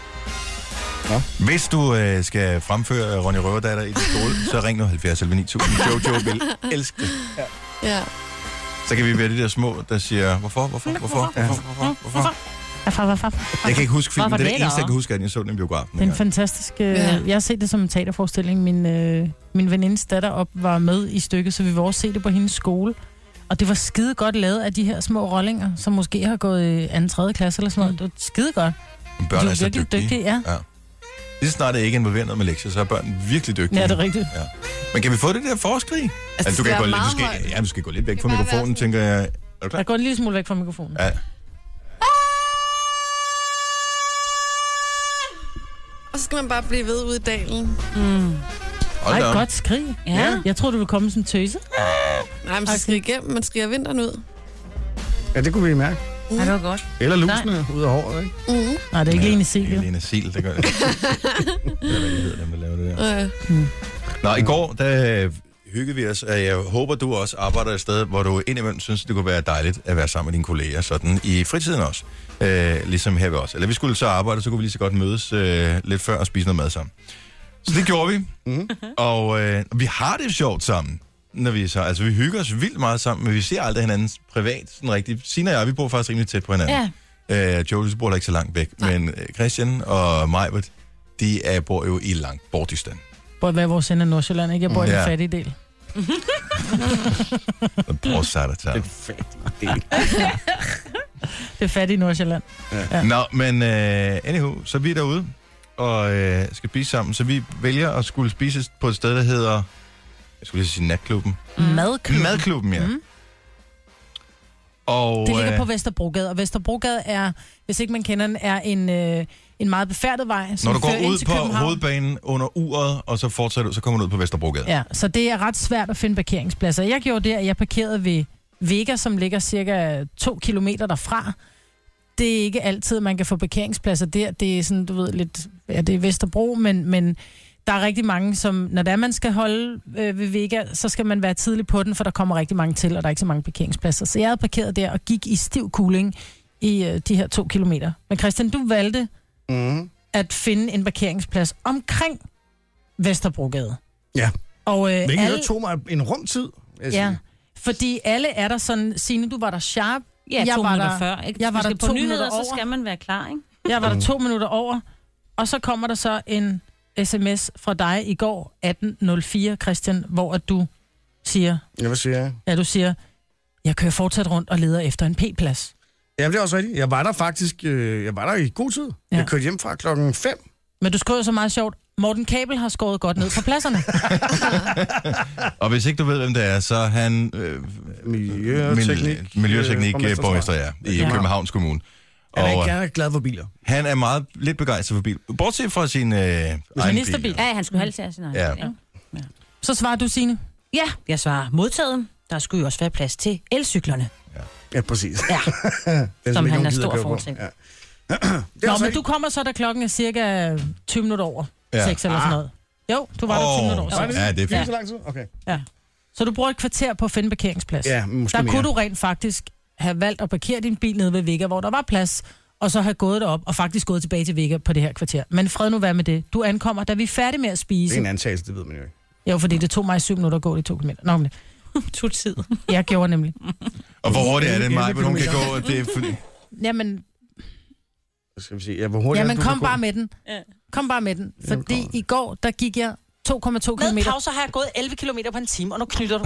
Hvis du øh, skal fremføre Ronja Røverdatter i din skole, så ring nu halvfjerds elleve ni tusind. Jojo vil elske det. Ja. Så kan vi være de der små, der siger, hvorfor, hvorfor, hvorfor, hvorfor, hvorfor, hvorfor? Hvorfor, hvorfor? Jeg kan ikke huske filmen. Hvorfor Det er det det eneste, da? jeg kan huske, at jeg så den i biografen. Det er en fantastisk... Øh, Ja. Jeg har set det som en teaterforestilling. Min, øh, min venindes datter op var med i stykket, så vi vil også se det på hendes skole. Og det var skide godt lavet af de her små rollinger, som måske har gået i anden tredje klasse eller sådan noget. Det var skide godt. Børn Du er er så virkelig dygtige. dygtig, ja. ja. Lige så snart det ikke er involveret noget med lektier, så er børn virkelig dygtige. Ja, det er rigtigt. Ja. Men kan vi få det der forskrig? Altså, Altså, du, det kan skal gå, være lidt- du, meget skal, højt. ja, du skal gå lidt væk Det fra kan bare mikrofonen, være sådan- tænker jeg. Er du klar? Jeg går en lille smule væk fra mikrofonen. Ja. Og så skal man bare blive ved ude i dalen. Hold Ej, da op. godt skrig. Ja. Jeg tror du vil komme som tøse. Nej, men så skriger igennem. Man skriger vinteren ud. Ja, det kunne vi mærke. Ja, det var godt. Eller lusene ud af håret, ikke? Mm-hmm. Nej, det er ikke Ja, Lene Silje. Lene Sil, det gør det. Det er, hvad de hedder, dem, der laver det der. Øh. Nå, i går, der hyggede vi os, og jeg håber, du også arbejder et sted, hvor du indimellem synes, det kunne være dejligt at være sammen med dine kolleger, sådan i fritiden også, øh, ligesom her ved os. Eller vi skulle så arbejde, så kunne vi lige så godt mødes øh, lidt før og spise noget mad sammen. Så det gjorde vi, mm. og øh, vi har det sjovt sammen, når vi så, altså vi hygger os vildt meget sammen, men vi ser aldrig hinanden privat, sådan rigtigt. Sina og jeg, vi bor faktisk rimelig tæt på hinanden. Ja. Øh, Jolie bor der ikke så langt væk, Nej. men øh, Christian og Majbert, de er, bor jo i langt Bortdystan. Bor i hver vores ende af Nordsjælland, ikke? Jeg bor i Ja. den fattige del. Prøv at sætte dig til. Det er fattige Nordsjælland. Ja. Nå, men uh, anywho, så er vi derude og uh, skal spise sammen. Så vi vælger at skulle spise på et sted, der hedder, jeg skulle lige sige natklubben. Mm. Madklubben. Madklubben, ja. Mm. Og, Det ligger øh, på Vesterbrogade, og Vesterbrogade er, hvis ikke man kender den, er en, øh, en meget befærdet vej, som når du går fører ind ud til på København. hovedbanen under uret, og så fortsætter du, så kommer du ud på Vesterbrogade. Ja, så det er ret svært at finde parkeringspladser. Jeg gjorde det, at jeg parkerede ved Vega, som ligger cirka to kilometer derfra. Det er ikke altid, man kan få parkeringspladser der. Det er sådan, du ved, lidt, ja, det er Vesterbro, men, men der er rigtig mange, som, når der man skal holde øh, ved Vega, så skal man være tidlig på den, for der kommer rigtig mange til, og der er ikke så mange parkeringspladser. Så jeg havde parkeret der og gik i stiv kuling i øh, de her to kilometer. Men Christian, du valgte Mm. at finde en parkeringsplads omkring Vesterbrogade. Ja. Og øh, Hvilket alle, alle... tog mig en rum tid. vil jeg ja, sige. fordi alle er der sådan, Signe, du var der sharp. Ja, Jeg to var minutter der- før. Ikke? jeg var Hvis der vi skal to på nyheder, minutter så over. skal man være klar, ikke? Jeg var der to minutter over, og så kommer der så en sms fra dig i går, atten nul fire, Christian, hvor at du siger, Ja, hvad siger jeg? ja, du siger, jeg kører fortsat rundt og leder efter en P-plads. Jamen, det er også rigtigt. Jeg var der faktisk øh, jeg var der i god tid. Ja. Jeg kørte hjem fra klokken fem. Men du skriver så meget sjovt, Morten Kabel har skåret godt ned på pladserne. Og hvis ikke du ved, hvem det er, så er han øh, Miljøteknik. mil- miljøteknik øh, øh, borgmester, ja, i Ja. Københavns Kommune. Han er Og ikke øh, gerne glad for biler. han er meget lidt begejstret for bil. Bortset fra sin øh, egen Ministerbil. bil. Ja, han skulle helst have sin egen. Ja. Ja. Så svarer du, Signe. ja, jeg svarer modtaget. Der skulle jo også være plads til elcyklerne. Ja, præcis. Ja, Den, som ikke han nogen er gider stor køre på. fortaler. Ja. Det er Nå, også men rigtigt. du kommer så, da klokken er cirka tyve minutter over Ja. seks eller sådan noget. Jo, du var der tyve minutter over Var det seks. det? Ja, det er Fint fint. så lang tid? Okay. Ja. Så du bruger et kvarter på at finde parkeringsplads. Ja, måske Der mere. kunne du rent faktisk have valgt at parkere din bil nede ved Vega, hvor der var plads, og så have gået derop og faktisk gået tilbage til Vega på det her kvarter. Men fred nu være med det. Du ankommer, da vi er færdige med at Det spise. er en antagelse, det ved man jo ikke. Jo, fordi det tog mig syv minutter at gå de to kilometer. Nå, men to tid. jeg gjorde nemlig. Og hvor hurtigt er det, elleve Maja, hvor hun kan kilometer. gå? og Det er fordi... Jamen, Så skal vi se. Ja, hvor hurtigt jamen er det, du kom kan gå? bare med den. Ja. Kom bare med den. Jamen, Fordi kom. i går, der gik jeg to komma to Med kilometer. pauser har jeg gået elleve kilometer på en time, og nu knytter du.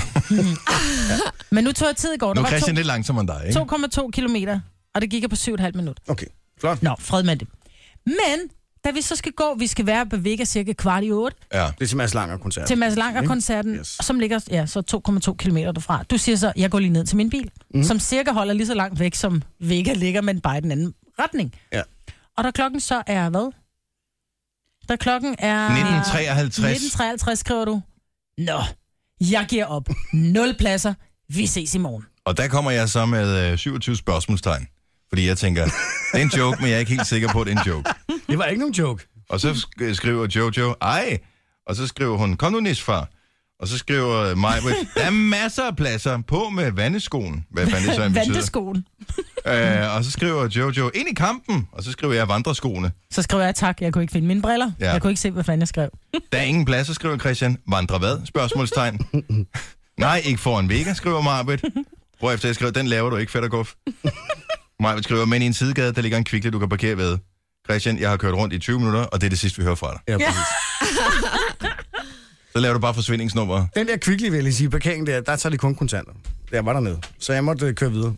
Men nu tog jeg tid i går. Nu Der er var Christian lidt langsommere end dig, ikke? to komma to kilometer, og det gik jeg på syv komma fem minut. Okay, flot. Nå, fred med det. Men, da vi så skal gå, vi skal være på Vega cirka kvart i otte, Ja. Det er til Mads Langer koncert. til Mads Langer-koncerten, Yes. som ligger ja, så to komma to kilometer derfra. Du siger så, jeg går lige ned til min bil, mm. som cirka holder lige så langt væk, som Vega ligger, men bare i den anden retning. Ja. Og da klokken så er hvad? Da klokken er... nitten treoghalvtreds. nitten treoghalvtreds skriver du. Nå, jeg giver op. Nul pladser. Vi ses i morgen. Og der kommer jeg så med øh, syvogtyve spørgsmålstegn. Fordi jeg tænker, det er en joke, men jeg er ikke helt sikker på, at det er en joke. Det var ikke nogen joke. Og så sk- skriver Jojo, ej. Og så skriver hun, kom nu Nis, far. Og så skriver Majbrit, der er masser af pladser på med vandeskoen. Hvad fanden det så en betyder? Vandeskoen. Øh, og så skriver Jojo, ind i kampen. Og så skriver jeg vandreskoene. Så skriver jeg tak, jeg kunne ikke finde mine briller. Ja. Jeg kunne ikke se, hvad fanden jeg skrev. Der er ingen pladser, skriver Christian. Vandre hvad? Spørgsmålstegn. Nej, ikke for en vega, skriver Majbrit. Hvorefter jeg skriver, den laver du ikke, fedt og guf. Majbrit skriver, men i en sidegade, der ligger en kvikle, du kan parkere ved. Christian, jeg har kørt rundt i tyve minutter, og det er det sidste, vi hører fra dig. Ja, præcis. Så laver du bare forsvindingsnummer. Den der Kvickly, vil jeg sige, parkeringen der, der tager de kun kontanter. Jeg var dernede, så jeg måtte køre videre.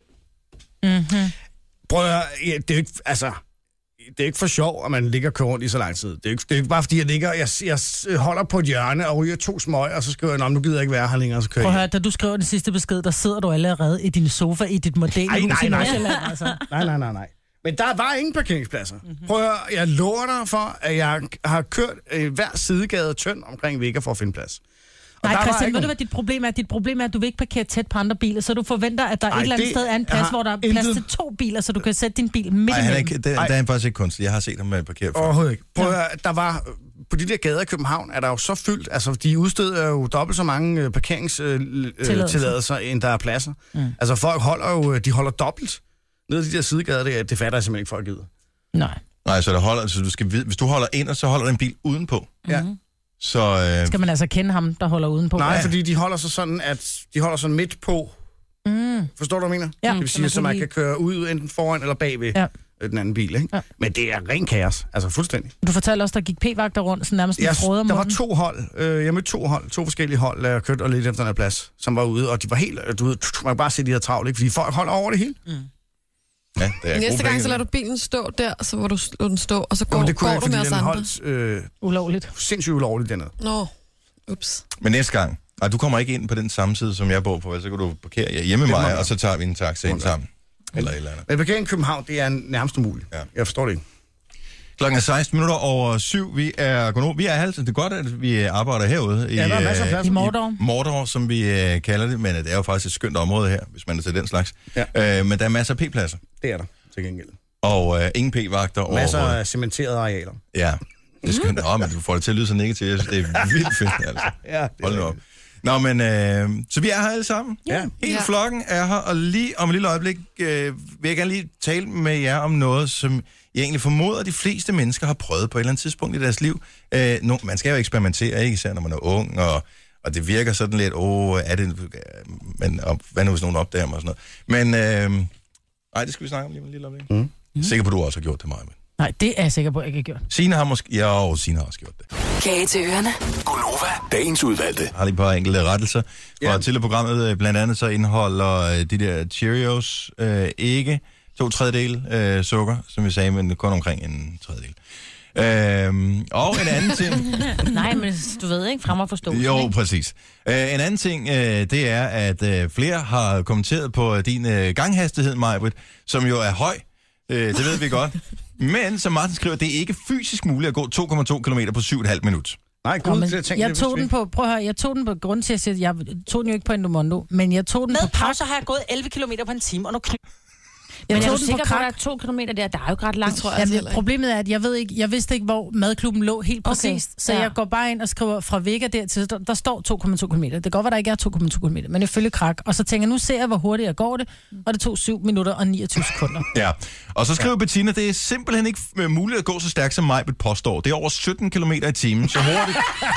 Mm-hmm. Prøv at høre, ja, det er ikke, altså, det er ikke for sjov, at man ligger og kører rundt i så lang tid. Det er ikke, det er ikke bare fordi, jeg ligger, jeg, jeg holder på et hjørne og ryger to smøg, og så skriver jeg, nu gider jeg ikke være her længere, og så kører Prøv at jeg. høre, da du skriver den sidste besked, der sidder du allerede i din sofa i dit moderne Ej, hus nej, i nej. Nordsjælland, altså. Nej, nej, nej, nej. Men der var ingen parkeringspladser. Mm-hmm. Prøv at høre, jeg lover dig for, at jeg har kørt øh, hver sidegade tynd omkring Vega for at finde plads. Og Nej, der var Christian, ikke ved du, nogen- hvad dit problem er? Dit problem er, at du vil ikke parkere tæt på andre biler, så du forventer, at der Ej, et eller andet det sted er en plads, har hvor der er plads intet- til to biler, så du kan sætte din bil midt Nej, han er imellem. ikke, det, der er han faktisk ikke kunstig. Jeg har set ham med parkere før. Overhovedet ikke. Prøv at høre, der var, på de der gader i København er der jo så fyldt, altså de udsteder jo dobbelt så mange øh, parkeringstilladelser, øh, end der er pladser. Mm. Altså folk holder jo, de holder dobbelt ned ad de der sidegader, det, det fatter jeg simpelthen ikke, folk gider. Nej. Nej, så der holder, så du skal vide, hvis du holder ind, og så holder der en bil udenpå. Ja. Så øh, Skal man altså kende ham, der holder udenpå? Nej, Ja. fordi de holder så sådan, at de holder sådan midt på. Mm. Forstår du, hvad jeg mener? Ja, det vil så sige, man så kan man lige- kan køre ud enten foran eller bagved Ja. ja. den anden bil, ikke? Ja. Men det er ren kaos, altså fuldstændig. Du fortalte også, der gik p-vagter rundt, sådan nærmest med Jeg, tråde om der var munden. to hold, øh, jeg mødte to hold, to forskellige hold, da jeg kørte og lidt efter den her plads, som var ude, og de var helt, du ved, man kan bare se, de havde travlt, ikke? Fordi folk holder over det hele. ja, det er Næste gode gang, penge. så lader du bilen stå der, så hvor du lade den stå, og så går, Jo, men det kunne går jeg, du fordi med os den andre. holdt øh, Ulovligt. sindssygt ulovligt dernede. Nå, ups. Men næste gang, nej, du kommer ikke ind på den samme side, som jeg bor på, så kan du parkere hjemme med Det må mig, jeg. og så tager vi en taxa ind sammen. Eller et eller andet. Men parkering i København, det er nærmest umuligt. Ja. Jeg forstår det ikke. Klokken er seksten minutter over syv. Vi er, godnov, vi er halvt. Det er godt, at vi arbejder herude i, Ja, der er masser af øh, plads. I Mordor. Mordor, som vi øh, kalder det, men det er jo faktisk et skønt område her, hvis man er til den slags. Ja. Øh, men der er masser af p-pladser, Det er der, til gengæld. og øh, ingen p-vagter Masser overhovedet. af cementerede arealer. Ja, det er skønt. Åh, men du får det til at lyde så negativt. Jeg synes, det er vildt fedt, altså. Ja, det Hold nu er op. Nå, men øh, så vi er her alle sammen. Ja. Hele Ja. flokken er her, og lige om et lille øjeblik øh, vil jeg gerne lige tale med jer om noget, som jeg egentlig formoder, at de fleste mennesker har prøvet på et eller andet tidspunkt i deres liv. Øh, no, man skal jo eksperimentere, ikke især når man er ung, og, og det virker sådan lidt, åh, er det, men og, hvad nu hvis nogen opdager mig og sådan noget. Men, øh, nej, det skal vi snakke om lige om et lille øjeblik. Mm. Mm. Sikker på, at du også har gjort det, Maja. Nej, det er jeg sikker på, at jeg ikke har gjort. Signe har måske, ja, Signe har også gjort det. Kage til ørerne. Gonova, dagens udvalgte. Jeg har lige et par enkelte rettelser. Ja. Fra til programmet blandt andet så indeholder øh, de der Cheerios øh, ikke to tredjedel øh, sukker, som vi sagde, men kun omkring en tredjedel. Øhm, og en anden ting... Nej, men du ved ikke, frem og forståelse. Jo, ikke? præcis. Øh, en anden ting, øh, det er, at øh, flere har kommenteret på din øh, ganghastighed, Majbrit, som jo er høj. Øh, det ved vi godt. Men, som Martin skriver, det er ikke fysisk muligt at gå to komma to kilometer på syv komma fem minut. Nej, Nå, gud, men det jeg tænkte, jeg det tog vidste den på, prøv at høre, jeg tog den på grund til, at jeg, siger, jeg tog den jo ikke på Endomondo, men jeg tog den Med på krak. pauser har jeg gået elleve kilometer på en time, og nu kny... Jeg Men er tog du den sikker på på, at der krak. er to kilometer der? Der er jo ikke ret langt. Det tror jeg altså Jamen, heller ikke. problemet er, at jeg ved ikke, jeg vidste ikke, hvor madklubben lå helt Okay, præcist. Så ja. jeg går bare ind og skriver fra Vega dertil, der, der står to komma to kilometer. Det kan godt være, der ikke er to komma to kilometer, men jeg følger krak. Og så tænker jeg, nu ser jeg, hvor hurtigt jeg går det, og det tog syv minutter og niogtyve sekunder. Ja, og så skriver ja. Bettina, det er simpelthen ikke øh, muligt at gå så stærkt, som Majbet påstår. Det er over sytten kilometer i timen. Så hurtigt,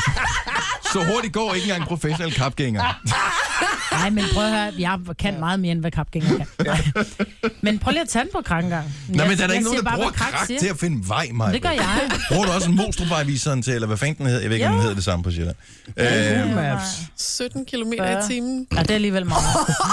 så hurtigt går ikke engang professionel kapgænger. Nej, men prøv at høre, jeg kan meget mere, end hvad kapgænger kan. Nej. Men prøv lige at tage den på krak engang. Nå, men der er da jeg ikke nogen, siger der bare, bruger hvad krak siger. til at finde vej, Majbet. Det gør jeg. Bruger du også en Mostrupvejviseren til, eller hvad fanden den hedder? Jeg ved ikke, om den hedder det samme på Sjælland. Øh, Maps. sytten kilometer i timen. Ja, det er alligevel meget.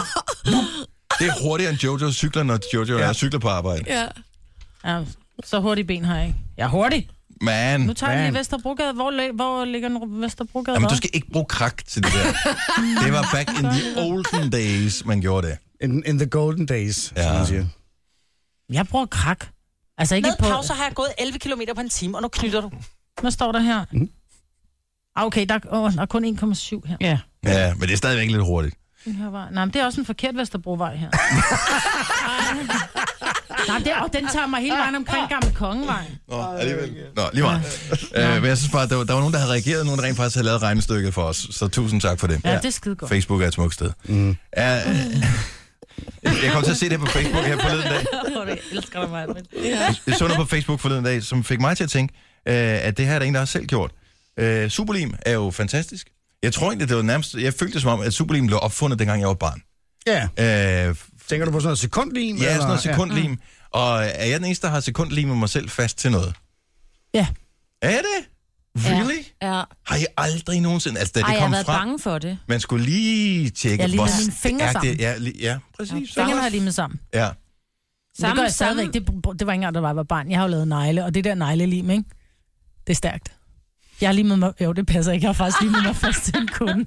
det er hurtigere end Jojo cykler, når Jojo ja. er cykler på arbejde. Ja. Ja, så hurtige ben har jeg ikke. Jeg er hurtig. Man, Nu tager jeg Man. lige Vesterbrogade. Hvor, lig- hvor ligger den Vesterbrogade? jamen, du hvor? skal ikke bruge krak til det der. Det var back in the olden days, man gjorde det. In, in the golden days, Ja. som man siger. Jeg bruger krak. Altså ikke Med på... pauser har jeg gået elleve kilometer på en time, og nu knytter du. Hvad står der her? Mhm. Ah, okay, der, åh, der er kun en komma syv her. Ja. Ja, men det er stadigvæk lidt hurtigt. Den her vej. Nej, men det er også en forkert Vesterbrovej her. Nej, det, og den tager mig hele vejen omkring Gamle Kongevej. Nå, alligevel. Nå, lige meget. Ja. Øh, men jeg synes bare, der var, der var nogen, der havde reageret, nogen, der rent faktisk havde lavet regnestykket for os. Så tusind tak for det. Ja, det er skide godt. Facebook er et smukt sted. Mm. Ja, jeg kom til at se det på Facebook her forleden dag. Jeg elsker dig meget. Jeg så noget på Facebook forleden dag, som fik mig til at tænke, øh, at det her er der en, der har selv gjort. Øh, Superlim er jo fantastisk. Jeg tror egentlig, det var nærmest... Jeg følte det som om, at Superlim blev opfundet, dengang jeg var barn. Ja. Øh, Tænker du på sådan noget sekundlim? Ja, sådan noget sekundlim. Ja. Og er jeg den eneste, der har sekundlimet mig selv fast til noget? Ja. Er det? Really? Ja. Ja. Har I aldrig nogensinde... Altså, da det Ej, jeg kom har været frem, bange for det. man skulle lige tjekke, Jeg limer hvor mine fingre er sammen. det... Ja, li- ja præcis. Fingrene har jeg lige med sammen. Ja. Men det gør jeg stadigvæk. Det, det var ikke engang, der var, jeg var barn. Jeg har jo lavet negle, og det der neglelim, ikke? Det er stærkt. Jeg har limet mig... Jo, det passer ikke. Jeg har faktisk limet mig fast til en kunde.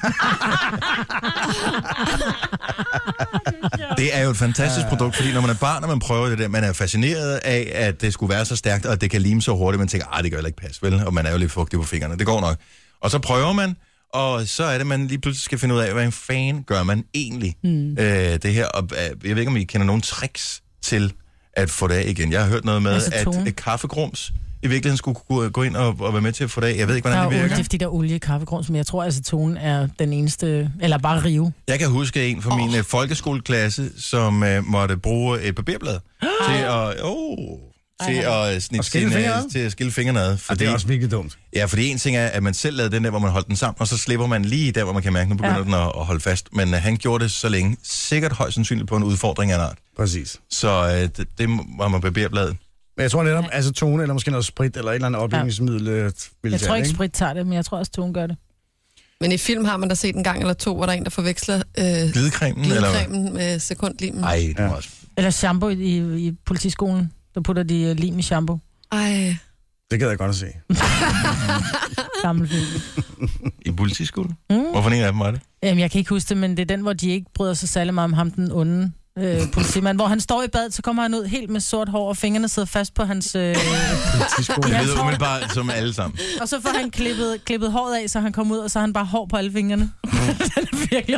Det er jo et fantastisk produkt, fordi når man er barn, og man prøver det der, man er fascineret af, at det skulle være så stærkt, og at det kan lime så hurtigt, man tænker, ah, det kan jo ikke passe, vel? Og man er jo lidt fugtig på fingrene. Det går nok. Og så prøver man, og så er det, man lige pludselig skal finde ud af, hvad en fan gør man egentlig mm. øh, det her. Og, øh, jeg ved ikke, om I kender nogle tricks til at få det af igen. Jeg har hørt noget med, altså, at et kaffegrums i virkeligheden skulle kunne gå ind og, og være med til at få det af. Jeg ved ikke, hvordan det virker. Det er fordi, der er olie i kaffegrums, men jeg tror, at acetonen er den eneste, eller bare rive. Jeg kan huske en fra oh. min uh, folkeskoleklasse, som uh, måtte bruge et papirblad til at... Oh, til at snitte sine, til at skille fingrene ad. Og det er også virkelig dumt. Ja, fordi en ting er, at man selv lavede den der, hvor man holdt den sammen, og så slipper man lige der, hvor man kan mærke, nu begynder ja. den at, at holde fast. Men uh, han gjorde det så længe. Sikkert højst sandsynligt på en udfordring af en art. Præcis. Så uh, det, det var man papirbladet. Men jeg tror netop, altså tone, eller måske noget sprit, eller et eller andet opløsningsmiddel. Ja. Jeg tror ikke, sprit tager det, men jeg tror også, tone gør det. Men i film har man da set en gang eller to, hvor der er en, der forveksler øh, glidecremen, glidecremen eller med sekundlimen. Ej, det ja. også... Eller shampoo i, i politiskolen. Der putter de uh, lim i shampoo. Ej. Det gad jeg godt at se. Gammel film. I politiskolen? Mm. Hvorfor en af dem var det? Jamen, jeg kan ikke huske det, men det er den, hvor de ikke bryder sig særlig meget om ham, den onde øh, politimand. Hvor han står i bad, så kommer han ud helt med sort hår, og fingrene sidder fast på hans... Øh, politiskolen. Det lyder umiddelbart som alle sammen. Og så får han klippet, klippet håret af, så han kommer ud, og så har han bare hår på alle fingrene. Den er virkelig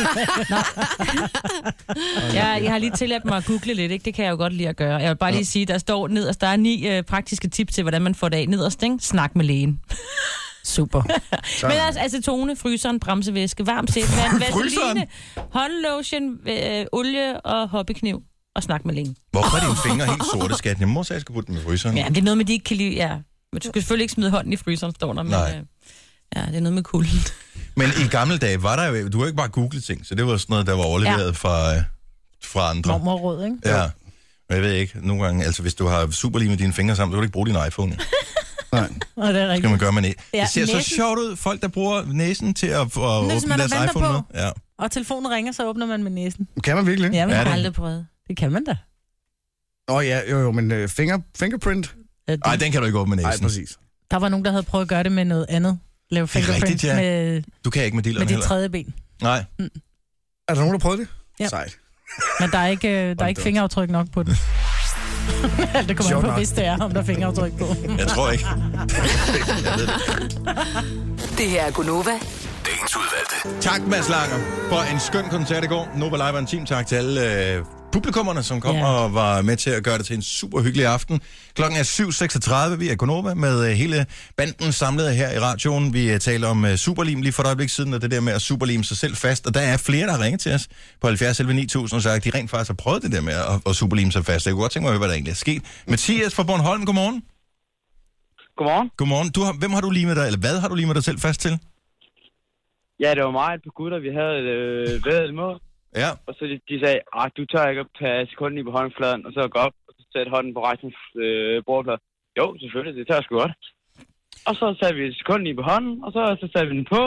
ja, jeg har lige tilladt mig at google lidt, ikke? Det kan jeg jo godt lide at gøre. Jeg vil bare lige sige, der står nederst, der er ni øh, praktiske tips til, hvordan man får det af nederst, ikke? Snak med lægen. Super. Men altså acetone, fryseren, bremsevæske, varmt sæt, vand, vaseline, håndlotion, øh, olie og hobbykniv og snak med lægen. Hvorfor er dine fingre helt sorte, skat? Jeg må sige, at jeg skal putte dem i fryseren. Ja, det er noget med, de ikke kan lide. Ja. Men du skal selvfølgelig ikke smide hånden i fryseren, står der. Men, Nej. Øh, ja, det er noget med kulden. Men i gamle dage var der jo... Du har ikke bare googlet ting, så det var sådan noget, der var overleveret ja. fra, øh, fra andre. Mormorråd, ikke? Ja. Men jeg ved ikke, nogle gange... Altså, hvis du har superlim med dine fingre sammen, så kan du ikke bruge din iPhone. Nej. Og det er rigtigt. Skal man gøre med næ- ja, Det ser næsen. så sjovt ud, folk der bruger næsen til at, at åbne man deres venter iPhone på. med. Ja. Og telefonen ringer, så åbner man med næsen. Kan man virkelig? Ja, man Ja, har det- aldrig prøvet. Det kan man da. Åh oh, ja, jo jo, men uh, finger, fingerprint? Ja, det- Ej, den kan du ikke åbne med Nej, næsen. præcis. Der var nogen, der havde prøvet at gøre det med noget andet. Lave Det er fingerprint rigtigt, ja. med, Du kan ikke med med dillerne dit heller. tredje ben. Nej. Er der nogen, der prøvede det? Ja. Sejt. Men der er ikke, øh, der er ikke da. fingeraftryk nok på den. Det kommer Sjovt an på, nok. hvis det er, om der er fingeraftryk på. Jeg tror ikke. Jeg ved det. Det her er Gunova. Dagens udvalgte. Tak, Mads Langer, for en skøn koncert i går. Nova Live var en team. Tak til alle øh, publikummerne, som kom Ja. og var med til at gøre det til en super hyggelig aften. Klokken er syv seksogtredive. Vi er Gunova med øh, hele banden samlet her i radioen. Vi øh, taler om øh, superlim lige for et øjeblik siden, og det der med at superlim sig selv fast. Og der er flere, der har ringet til os på halvfjerds elleve ni tusind og sagt, at de rent faktisk har prøvet det der med at, at superlim sig fast. Jeg kunne godt tænke mig at høre, hvad der egentlig er sket. Mathias fra Bornholm, godmorgen. Godmorgen. Godmorgen. Du har, hvem har du limet dig, eller hvad har du limet dig selv fast til? Ja, det var mig et par gutter, vi havde et øh, væddemål. Ja. Og så de, de sagde, at du tør ikke at tage sekunden i på håndfladen, og så gå op og så sætte hånden på rejsens øh, bordplade. Jo, selvfølgelig, det tør jeg sgu godt. Og så satte vi sekunden i på hånden, og så, så satte vi den på.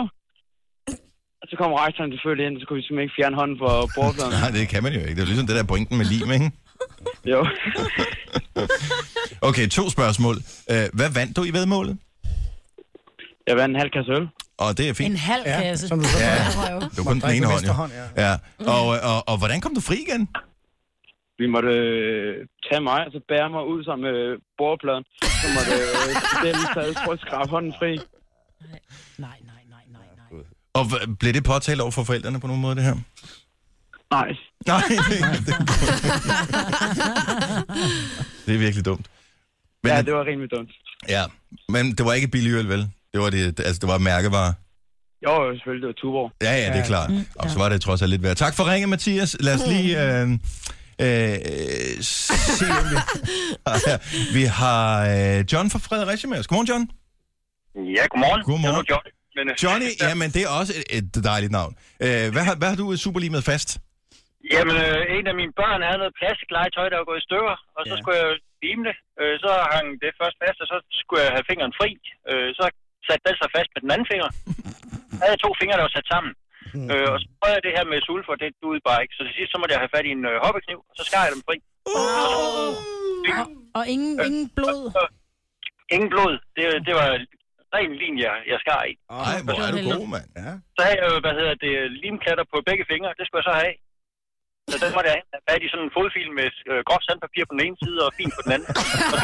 Og så kom rejseren selvfølgelig ind, og så kunne vi simpelthen ikke fjerne hånden fra bordpladen. Nej, det kan man jo ikke. Det er ligesom det der pointen med lim, ikke? Jo. Okay, to spørgsmål. Uh, hvad vandt du i væddemålet? Jeg vandt en halv kasse øl. Og det er fint. En halv Ja, kasse. som du så Ja, Ja. det var kun den ene hånd, jo. hånd, ja. Ja. Og, og, og hvordan kom du fri igen? Vi måtte øh, tage mig, og så bære mig ud sammen med bordpladen. Så måtte øh, stille sig prøve at skrabe hånden fri. Nej, nej, nej, nej, nej. Og h- blev det påtalt over for forældrene på nogen måde, det her? Nej. Nej, det, det, det er virkelig dumt. Men, Ja, det var rimelig dumt. Ja, men det var ikke billigøl, vel? Det var, det, altså, det var mærkevare. Jo, jo, selvfølgelig, det var Tuborg. Ja, ja, det er klart. Mm, ja. Og så var det trods alt lidt værd. Tak for ringen, Mathias. Lad os lige øh, øh, se, om vi har her. Vi har øh, John fra Fredericia med os. Godmorgen, John. Ja, godmorgen. Godmorgen. Johnny. Men, uh, Johnny, ja, men det er også et, et dejligt navn. Øh, hvad, har, hvad har du superlimet fast? Jamen, øh, en af mine børn havde noget plastiklegetøj, der var gået i stykker, og så ja. skulle jeg lime det. Øh, så hang det først fast, og så skulle jeg have fingeren fri. Øh, så satte den sig fast med den anden finger. Jeg havde to fingre, der var sat sammen. Mm. Øh, og så prøvede jeg det her med sulfur, det duede bare ikke. Så til sidst, så måtte jeg have fat i en øh, hobbekniv, og så skar jeg dem fri. Oh. Og, og ingen, øh, ingen blod? Øh, ingen blod. Det, det var ren linje, jeg, jeg skar i. Ej, hvor er du god, mand. Ja. Så havde jeg jo, hvad hedder det, limklatter på begge fingre. Det skulle jeg så have. Så den måtte jeg have fat i sådan en fodfil med øh, groft sandpapir på den ene side og fint på den anden.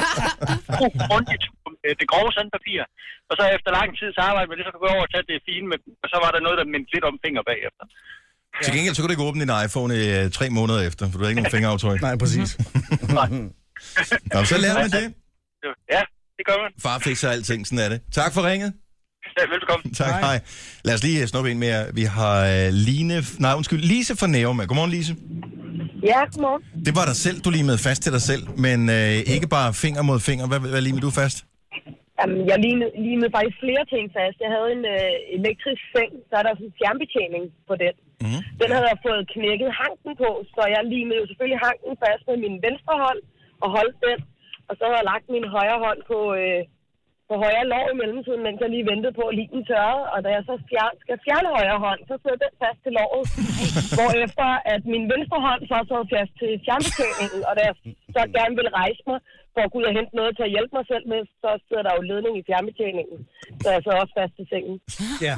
Og rundt i det grove sandpapir. Og så efter lang tids arbejde med det, så kunne jeg over og tage det fine med, og så var der noget, der mindte lidt om fingre bagefter. Ja. Til gengæld, så kunne du ikke åbne din iPhone i uh, tre måneder efter, for du havde ikke nogen fingeraftryk. Nej, præcis. Nej. Nå, så lærer man det. Ja, det gør man. Far fikser alting, sådan er det. Tak for ringet. Ja, velkommen. Tak, hej. hej. Lad os lige snuppe en mere. Vi har uh, Line, nej undskyld, Lise fra Nærum med. Godmorgen, Lise. Ja, godmorgen. Det var dig selv, du limede fast til dig selv, men uh, ikke bare finger mod finger. Hvad, hvad limede du fast? Jamen, jeg limede, limede faktisk flere ting fast. Jeg havde en øh, elektrisk seng, så er der sådan en fjernbetjening på den. Mm-hmm. Den havde jeg fået knækket hanken på, så jeg limede jo selvfølgelig hanken fast med min venstre hånd og holdt den. Og så havde jeg lagt min højre hånd på, øh, på højre lår i mellemtiden, mens jeg lige ventede på at limen tørrede. Og da jeg så fjern, skal fjerne højre hånd, så sidder den fast til låret. Hvorefter at min venstre hånd så sad fast til fjernbetjeningen, og da jeg så gerne ville rejse mig for at gå ud og hente noget til at hjælpe mig selv med, så sidder der jo ledning i fjernbetjeningen. Så jeg så også fast til sengen. Ja.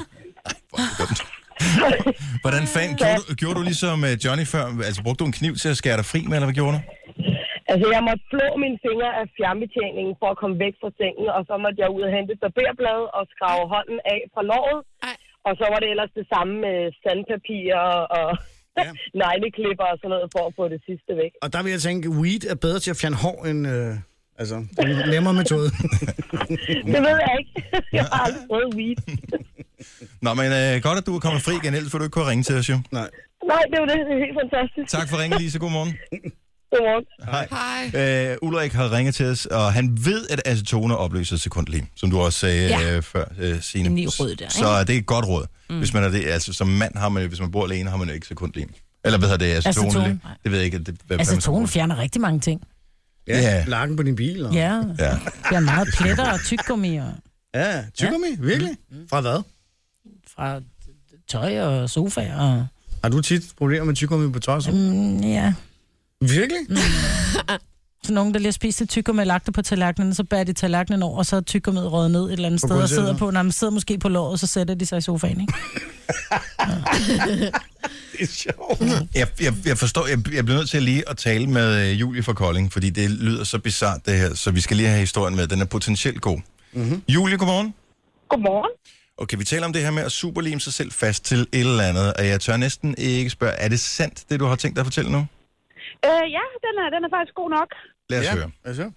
Hvordan fanden gjorde, du, gjorde du ligesom Johnny før? Altså brugte du en kniv til at skære dig fri med, eller hvad gjorde du? Altså, jeg måtte flå mine fingre af fjernbetjeningen for at komme væk fra sengen, og så måtte jeg ud og hente et barberblad og skrave hånden af fra låret. Og så var det ellers det samme med sandpapir og ja. negleklipper og sådan noget for at få det sidste væk. Og der vil jeg tænke, weed er bedre til at fjerne hår end... Øh, altså, det er en nemmere metode. Det ved jeg ikke. Jeg har aldrig prøvet weed. Nå, men øh, godt, at du er kommet fri igen, ellers får du ikke kunne ringe til os, jo. Nej. Nej, det er jo det. Det er helt fantastisk. Tak for ringen, Lise. Godmorgen. Godmorgen. Hej. Hej. Øh, Ulrik har ringet til os, og han ved, at acetoner opløser sekundlim, som du også sagde ja. øh, før, øh, Signe. En ny råd der, så det er et godt råd. Mm. Hvis man er det, altså som mand har man, hvis man bor alene, har man jo ikke sekundlim. Eller hvad hedder det, acetone? Acetone. Det ved jeg ikke. Det, hvad, acetone fjerner rigtig mange ting. Ja, ja. Lakken på din bil. Og... Ja, ja. Det er meget pletter og tyggegummi. Og... Ja, tyggegummi? Ja. Virkelig? Mm. Fra hvad? Fra tøj og sofaer. Og... Har du tit problemer med tyggegummi på tøj? Mm, ja. Virkelig? Mm. Så nogen, der lige har spist et tyggegummi og lagt det på tallerkenen, så bærer de tallerkenen over, og så er tyggegummiet røget ned et eller andet sted og sidder på, når man sidder måske på låret, så sætter de sig i sofaen, ikke? Ja. Det er sjovt. Jeg, jeg, jeg forstår, jeg, jeg bliver nødt til lige at tale med Julie fra Kolding, fordi det lyder så bizart det her, så vi skal lige have historien med. Den er potentielt god. Mm-hmm. Julie, godmorgen. Godmorgen. Okay, vi taler om det her med at superlime sig selv fast til et eller andet, og jeg tør næsten ikke spørge, er det sandt, det du har tænkt dig at fortælle nu? Øh, ja, den er, den er faktisk god nok. Lad os ja. høre. Lad os høre.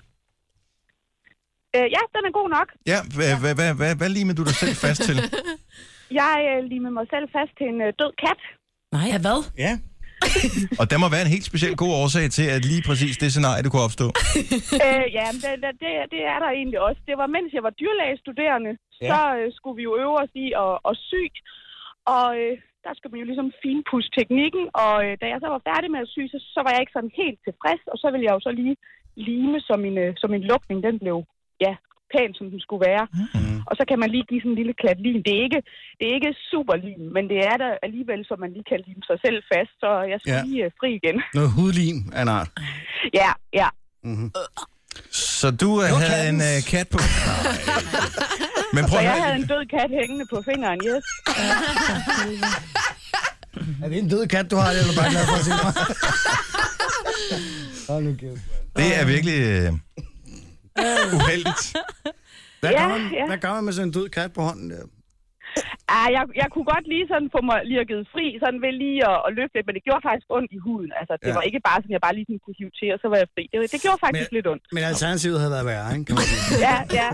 Øh, ja, den er god nok. Ja, hvad hva, hva, hva, hva limede du dig selv fast til? Jeg øh, limede mig selv fast til en øh, død kat. Nej, ja, hvad? Ja. Og der må være en helt speciel god årsag til, at lige præcis det scenarie, det kunne opstå. øh, ja, det, det, det er der egentlig også. Det var, mens jeg var dyrlægestuderende, ja. så øh, skulle vi jo øve os i at, at sy. Og øh, der skal man jo ligesom finpudse teknikken. Og øh, da jeg så var færdig med at sy, så, så var jeg ikke sådan helt tilfreds. Og så ville jeg jo så lige lime, så min, øh, så min lukning, den blev ja, pæn, som den skulle være. Mm. Og så kan man lige give sådan en lille klat lim. Det er ikke, det er ikke super lim, men det er der alligevel, så man lige kan lime sig selv fast. Så jeg skal ja. lige uh, fri igen. Noget hudlim af en art. Ja, ja. Mm-hmm. Så du uh, havde en uh, kat på... Men prøv så jeg havde en død kat hængende på fingeren, yes. Er det en død kat, du har, eller bare glad for at se mig? Hold nu kæft. Det er virkelig... Uh... uheldigt. Hvad, ja, gør man, ja. hvad gør man med sådan en død kat på hånden der? Ah, jeg, jeg kunne godt lige sådan få mig lirket fri, sådan ved lige at, at løfte lidt, men det gjorde faktisk ondt i huden. Altså, det ja. var ikke bare sådan, jeg bare lige sådan kunne hive til, og så var jeg fri. Det, det gjorde faktisk men, lidt ondt. Men alternativet havde været værre, ikke? Kan man sige. ja, ja.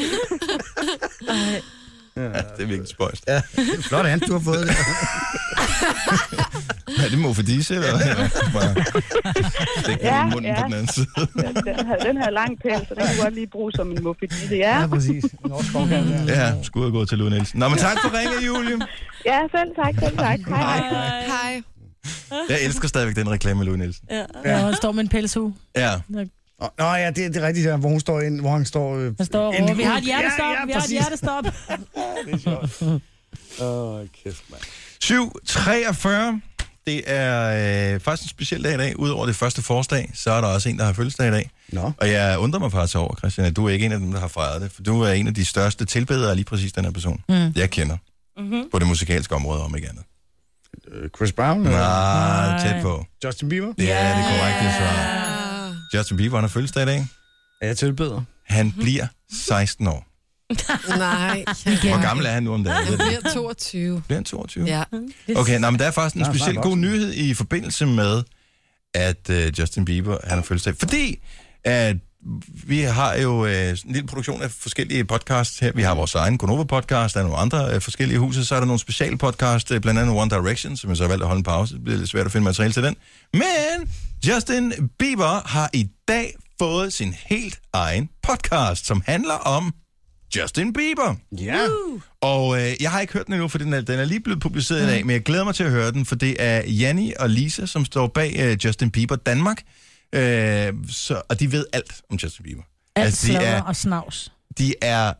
Ja, det er virkelig spøjst. Ja. Flot hand, du har fået det. Ja, det må for disse, eller hvad? Det kan ja, munden ja. På den anden side. Den, den, har, den har lang pæl, så den kan godt lige bruge som en muffedisse, ja. Ja, præcis. Ja, skud og gå til Lue Nielsen. Nå, men tak for ringet, Julie. Ja, selv tak, selv tak. Hej, hej. Hej. Jeg elsker stadigvæk den reklame med Lue Nielsen. Ja, ja. Han står med en pelshue. Ja. Nå ja, det, det er rigtigt, der, hvor hun står ind, hvor han står... Øh, han står over. Vi har et hjertestop, ja, ja, vi har et hjertestop. Det er sjovt. Åh, oh, kæft, mand. syv treogfyrre. Det er øh, faktisk en speciel dag i dag. Udover det første forårsdag, så er der også en, der har fødselsdag i dag. Nå. Og jeg undrer mig faktisk over, Christian, at du er ikke en af dem, der har fejret det. For du er en af de største tilbedere af lige præcis den her person, mm. jeg kender. Mm-hmm. På det musikalske område, om ikke andet. Chris Brown? Nej, tæt på. Justin Bieber? Ja, yeah. det er korrekt, det svar. Justin Bieber, han har fødselsdag i dag. Er jeg tilbeder? Han bliver seksten år. Nej. Hvor gammel er han nu om dagen? Han bliver toogtyve. Bliver han toogtyve? Ja. Okay, nå, men der er faktisk en speciel god nyhed i forbindelse med, at uh, Justin Bieber han har fødselsdag. Fordi at vi har jo uh, en lille produktion af forskellige podcasts her. Vi har vores egen Gonova-podcast, der er nogle andre uh, forskellige huse. Så er der nogle speciale podcasts, uh, blandt andet One Direction, som jeg så har valgt at holde en pause. Det bliver lidt svært at finde materiale til den. Men Justin Bieber har i dag fået sin helt egen podcast, som handler om Justin Bieber. Ja. Uh. Og øh, jeg har ikke hørt den endnu, for den er, den er lige blevet publiceret mm. i dag, men jeg glæder mig til at høre den, for det er Janni og Lisa, som står bag øh, Justin Bieber Danmark. Øh, så, og de ved alt om Justin Bieber. Alt altså, de slader er, og snavs. De er...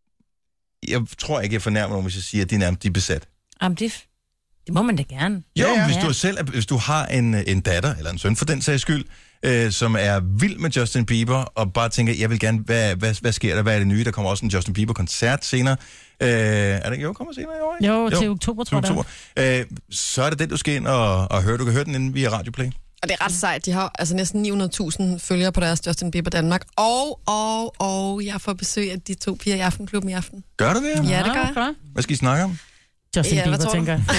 Jeg tror ikke, jeg fornærmer nogen, hvis jeg siger, at de er nærmest de er besat. Jamen, det, det må man da gerne. Jo, ja, ja. hvis du selv, hvis du har en, en datter, eller en søn for den sags skyld, øh, som er vild med Justin Bieber, og bare tænker, jeg vil gerne, hvad, hvad, hvad sker der, hvad er det nye? Der kommer også en Justin Bieber-koncert senere. Øh, er det ikke, jo, kommer senere i år, ikke? Jo, til jo, oktober, tror jeg. Oktober. Øh, så er det den, du skal ind og, og høre. Du kan høre den inden via Radioplay. Og det er ret sejt. De har altså næsten ni hundrede tusind følgere på deres Justin Bieber Danmark. Og, og, og jeg får besøg af de to piger i Aftenklubben i aften. Gør du det? Ja, det gør jeg. Hvad skal I snakke om? Justin ja, Bieber, tænker jeg.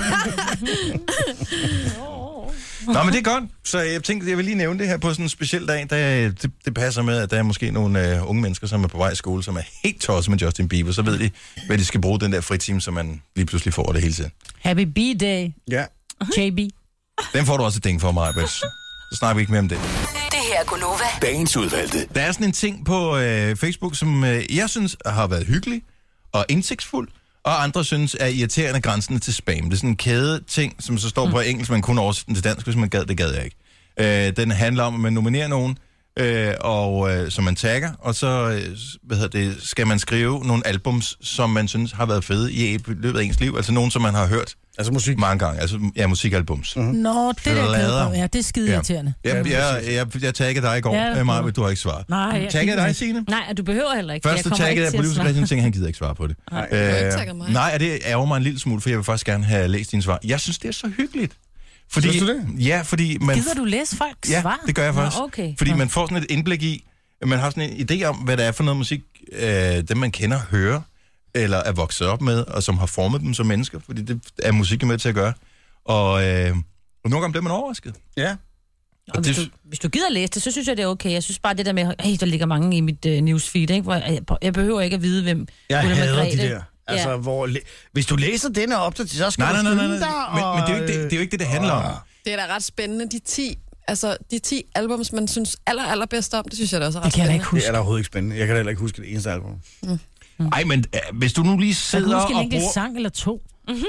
Nå, men det er godt. Så jeg tænkte, jeg vil lige nævne det her på sådan en speciel dag. Der, det, det passer med, at der er måske nogle uh, unge mennesker, som er på vej i skole, som er helt tosset med Justin Bieber. Så ved de, hvad de skal bruge den der fritime, som man lige pludselig får det hele tiden. Happy B-Day. Ja. J B. Den får du også et ding for mig, Britt. Så snakker vi ikke mere om det. Det her er Gonova. Dagens udvalgte. Der er sådan en ting på øh, Facebook, som øh, jeg synes har været hyggelig og indsigtsfuld, og andre synes er irriterende grænsende til spam. Det er sådan en kæde ting, som så står mm. på engelsk, man kun oversætter den til dansk, hvis man gad, det gad jeg ikke. Øh, den handler om, at man nominerer nogen, øh, og øh, som man tagger, og så øh, hvad hedder det, skal man skrive nogle albums, som man synes har været fede i løbet af ens liv. Altså nogen, som man har hørt. Altså musik? Mange gange. Altså, ja, musikalbums. Mm-hmm. Nå, det der klæder. Ja, det er skide irriterende. Ja. Jeg, jeg, jeg, jeg, jeg taggede dig i går, ja, Maja, men du har ikke svaret. Nej. Taggede dig, Signe? Nej, du behøver heller ikke. Først taggede jeg producer Christian, tænkte, han gider ikke svare på det. Nej, øh, nej, og det ærger mig en lille smule, for jeg vil faktisk gerne have læst dine svar. Jeg synes, det er så hyggeligt. Fordi, synes du det? Ja, fordi man... Gider du læse folks ja, svar? det gør jeg faktisk. Nå, okay. Fordi man får sådan et indblik i, man har sådan en idé om, hvad det er for noget musik, øh, dem man kender, hører, eller er vokset op med, og som har formet dem som mennesker, fordi det er musik med til at gøre. Og, øh, og nogle gange bliver man overrasket. Ja. Og hvis, du, hvis du gider læse det, så synes jeg, det er okay. Jeg synes bare, det der med, at der ligger mange i mit uh, newsfeed, ikke? Hvor jeg, jeg behøver ikke at vide, hvem... Jeg Ulla hader Margrethe. de der. Altså, ja. hvor... Hvis du læser denne op, så skal nej, du nej, nej, nej, dig, men, og... men det, er jo ikke det, det er jo ikke det, det handler om. Det er da ret spændende. De ti, altså, de ti albums, man synes aller, allerbedst om, det synes jeg da også er ret det kan spændende. Jeg ikke huske. Det er da overhovedet ikke spændende. Jeg kan da heller ikke huske det eneste album. Mm. Mm. Ej, men uh, hvis du nu lige sidder og bruger... Jeg kan huske en enkelt sang eller to.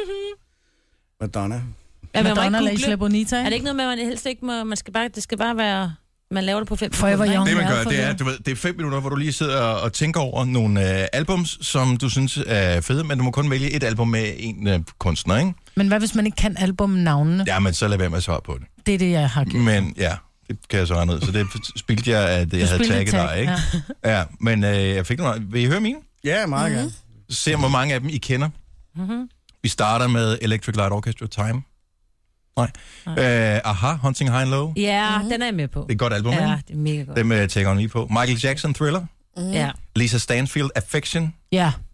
Madonna. Ja, Madonna eller Isla Bonita. Er det ikke noget med, at man helst ikke må... Man skal bare, det skal bare være... Man laver det på fem Forever minutter. Young. Det man gør, det er, du ved, det er fem minutter, hvor du lige sidder og tænker over nogle uh, albums, som du synes er fede, men du må kun vælge et album med en uh, kunstner, ikke? Men hvad hvis man ikke kan albumnavnene? Ja, men så lad være med at svare på det. Det er det, jeg har gjort. Men ja, det kan jeg så regne ud. Så det spildte jeg, at jeg havde tagget dig, ikke? Ja, ja men uh, jeg fik nogle... Vil I høre mine? Ja, meget mm-hmm. gerne. Se, hvor mange af dem I kender. Mm-hmm. Vi starter med Electric Light Orchestra, Time. Nej. Nej. Uh, Aha, Hunting High and Low. Ja, mm-hmm. den er jeg med på. Det er et godt album, ja, ikke? Ja, det er mega godt. Dem uh, tækker hun lige på. Michael Jackson, Thriller. Mm. Ja. Lisa Stanfield, Affection. Ja.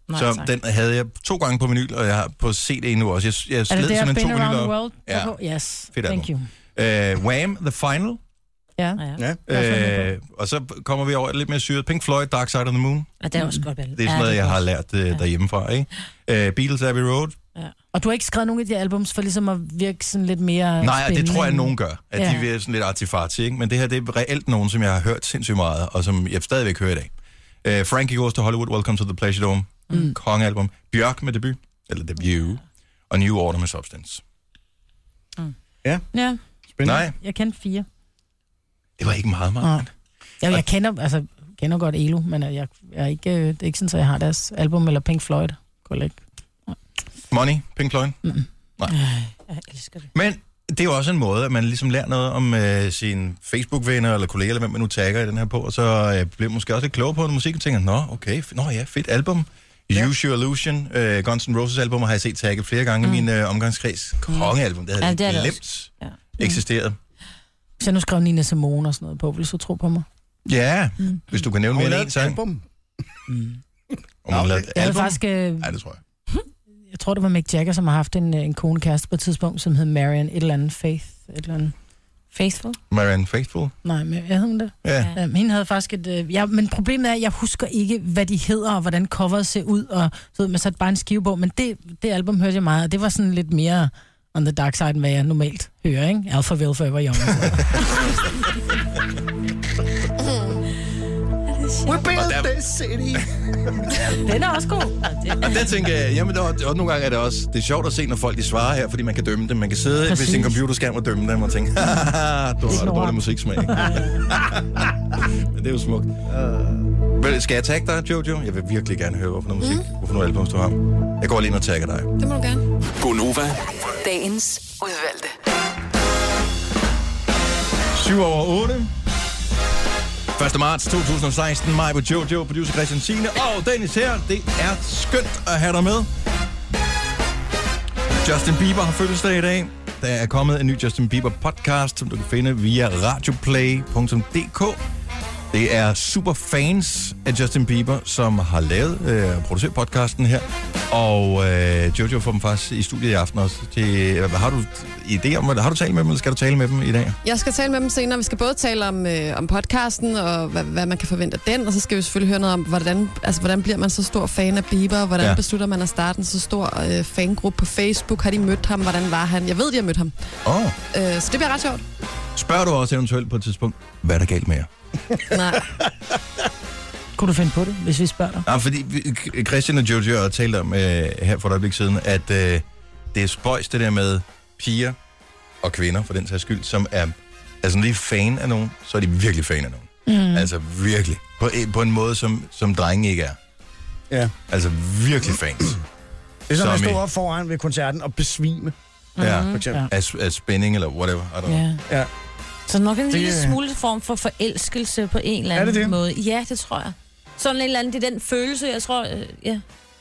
Nej, så tak. den havde jeg to gange på vinyl, og jeg har på C D nu også. Jeg, jeg Er sled det der simpelthen Been to Around vinyler the op. World? Ja. Yes, Fedt thank you. album. Uh, Wham! The Final. Ja. Ja. Uh, og så kommer vi over lidt mere syret. Pink Floyd, Dark Side of the Moon. Ja, det er også godt. Det er sådan noget, jeg har lært uh, derhjemmefra, ikke? Uh, Beatles, Abbey Road. Ja. Og du har ikke skrevet nogen af de her albums for ligesom at virke sådan lidt mere Nej, og det spændende? tror jeg, at nogen gør. At Ja. de er sådan lidt artifarti, ikke? Men det her, det er reelt nogen, som jeg har hørt sindssygt meget, og som jeg stadigvæk hører i dag. Uh, Frankie Goes to Hollywood, Welcome to the Pleasure Dome. Mm. Kongealbum. Bjørk med debut, eller debut. Og New Order med Substance. Mm. Ja. Ja. Spændende. Nej, Jeg kendte fire. det var ikke meget, meget. Ja, jeg kender, altså, kender godt Elo, men jeg, jeg er ikke, øh, det er ikke sådan, at jeg har deres album eller Pink Floyd. Kunne ikke. Money, Pink Floyd? Mm. Nej. Jeg elsker det. Men det er jo også en måde, at man ligesom lærer noget om øh, sine Facebook-venner eller kolleger, eller hvem man nu tagger i den her på, og så øh, bliver måske også lidt klogere på noget musik, og tænker, nå, okay, f- nå ja, fedt album. Ja. Use Your Illusion, øh, Guns N' Roses album, har jeg set tagget flere gange mm. i min øh, omgangskreds. Kongealbum, det havde Ja, jeg det er det glemt Ja. eksisteret. Hvis jeg nu skrev Nina Simone og sådan noget på, vil du så tro på mig? Ja, mm. hvis du kan nævne mere end en sang. Album. Mm. Om hun lavede et Jeg havde album? faktisk... Øh, Nej, det tror jeg. jeg tror, det var Mick Jagger, som har haft en, en kone kæreste på et tidspunkt, som hed Marian et eller andet Faith. Et eller andet. Faithful? Marianne Faithfull? Nej, men jeg hed hun det. Ja. Ja, hende havde faktisk et... Øh, ja, men problemet er, at jeg husker ikke, hvad de hedder, og hvordan coveret ser ud, og så ved man satte bare en skive på, men det, det album hørte jeg meget, og det var sådan lidt mere on the dark side, end hvad jeg normalt hører, ikke? Alphaville Forever Young. We built this city. Den er også god. Og der tænker jeg, jamen der, og nogle gange er det også, det er sjovt at se, når folk de svarer her, fordi man kan dømme dem. Man kan sidde Præcis. ved sin computerskærm og dømme dem og tænke, haha, du har dårlig musiksmag. Men det er jo smukt. Uh. Skal jeg tagge dig, Jojo? Jeg vil virkelig gerne høre, hvorfor noget musik, mm. hvorfor noget album du har. Jeg går lige ind og tagger dig. Det må du gerne. Gonova. Dagens udvalgte. syv over otte. første marts to tusind og seksten. Mig på Jojo, producer Christian Signe og Dennis her. Det er skønt at have dig med. Justin Bieber har fødselsdag i dag. Der er kommet en ny Justin Bieber podcast, som du kan finde via radioplay punktum d k. Det er super fans af Justin Bieber, som har lavet øh, produceret podcasten her. Og øh, Jojo får dem faktisk i studiet i aften også. Til, hvad har du idé om? Har du talt med dem, eller skal du tale med dem i dag? Jeg skal tale med dem senere. Vi skal både tale om, øh, om podcasten, og hvad, hvad man kan forvente af den, og så skal vi selvfølgelig høre noget om, hvordan, altså, hvordan bliver man så stor fan af Bieber, hvordan Ja. ja. beslutter man at starte en så stor øh, fangruppe på Facebook, har de mødt ham, hvordan var han? Jeg ved, de har mødt ham. Oh. Øh, så det bliver ret sjovt. Spørger du også eventuelt på et tidspunkt, hvad er der galt med jer? Nej. Kunne du finde på det, hvis vi spørger dig? Nej, fordi vi- Christian og Jojo har talt om øh, her for et øjeblik siden, at øh, det er spøjs det der med piger og kvinder, for den sags skyld, som er altså lige fan af nogen, så er de virkelig fan af nogen. Mm. Altså virkelig. På, en- på en måde, som, som drenge ikke er. Ja. Altså virkelig fans. Det er som at Som i- stå op foran ved koncerten og besvime. Ja, For eksempel. af, af spænding eller whatever. I don't know. Ja. Ja. Så nok en Det- lille smule form for forelskelse på en eller Er det anden det? måde. Ja, det tror jeg. Sådan en eller anden, det er den følelse, jeg tror, øh, ja. Ja,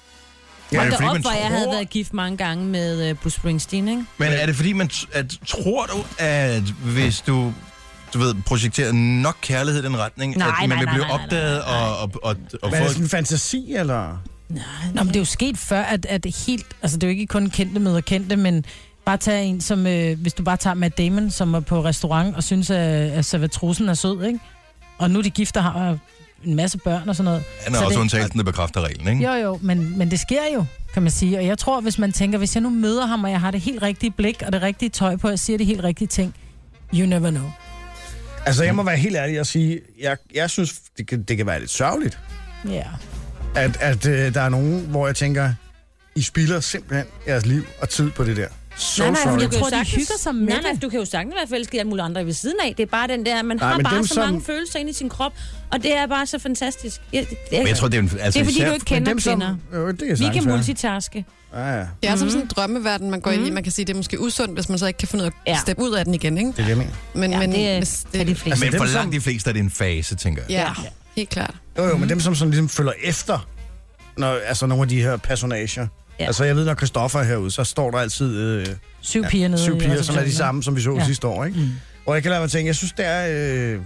Ja, er det det fordi, op, man hvor jeg tror- havde været gift mange gange med uh, Bruce Springsteen, ikke? Men er det fordi, man t- at, tror du, at hvis du du ved, projekterer nok kærlighed i den retning, Nej, at man nej, vil nej, blive nej, nej, opdaget og, og, og, og Men er få... det sådan en fantasi, eller? Nå, men det er jo sket før, at, at helt... Altså, det er jo ikke kun kendte møder kendte, men bare tage en som... Øh, hvis du bare tager Matt Damon, som er på restaurant og synes, at, at Salvatrusen er sød, ikke? Og nu er de gifter har en masse børn og sådan noget. Han er Så også det, undtagelsen, der bekræfter reglen, ikke? Jo, jo, men, men det sker jo, kan man sige. Og jeg tror, hvis man tænker, hvis jeg nu møder ham, og jeg har det helt rigtige blik og det rigtige tøj på, og jeg siger det helt rigtige ting, you never know. Altså, jeg må være helt ærlig og sige, jeg, jeg synes, det kan, det kan være lidt sørgeligt, Ja. Yeah. at, at øh, der er nogen, hvor jeg tænker, I spilder simpelthen jeres liv og tid på det der. So nej, nej, sorry. du Jeg kan tror, jo de sagtens, hygger sig med nej, nej, det. du kan jo sagtens være forelsket i alle mulige andre ved siden af. Det er bare den der, man Nej, har men bare dem, så som- mange følelser inde i sin krop, og det er bare så fantastisk. Ja, det, det, Men jeg tror, det er, en, altså, det er fordi, især- du ikke kender dem, som- kvinder. Jo, det kan Vi sagtens kan være. multitaske. Ja, ja. Det er som sådan en drømmeverden, man går ind i. Man kan sige, det er måske usundt, hvis man så ikke kan finde ud af at Ja. steppe ud af den igen, ikke? Det er det, jeg mener. Men, Ja, men det hvis kan de fleste. Men dem, for som- langt de fleste er det en fase, tænker jeg. Ja, helt klart. Jo, jo, men dem, som sådan ligesom følger efter, når, altså nogle af de her personager. Ja. Altså, jeg ved, når Christoffer er herude, så står der altid øh, Syv piger nede. syv i piger, som er de receptionen. samme, som vi så Ja. sidste år, ikke? Mm. Og jeg kan lade mig tænke, jeg synes, det er... Øh,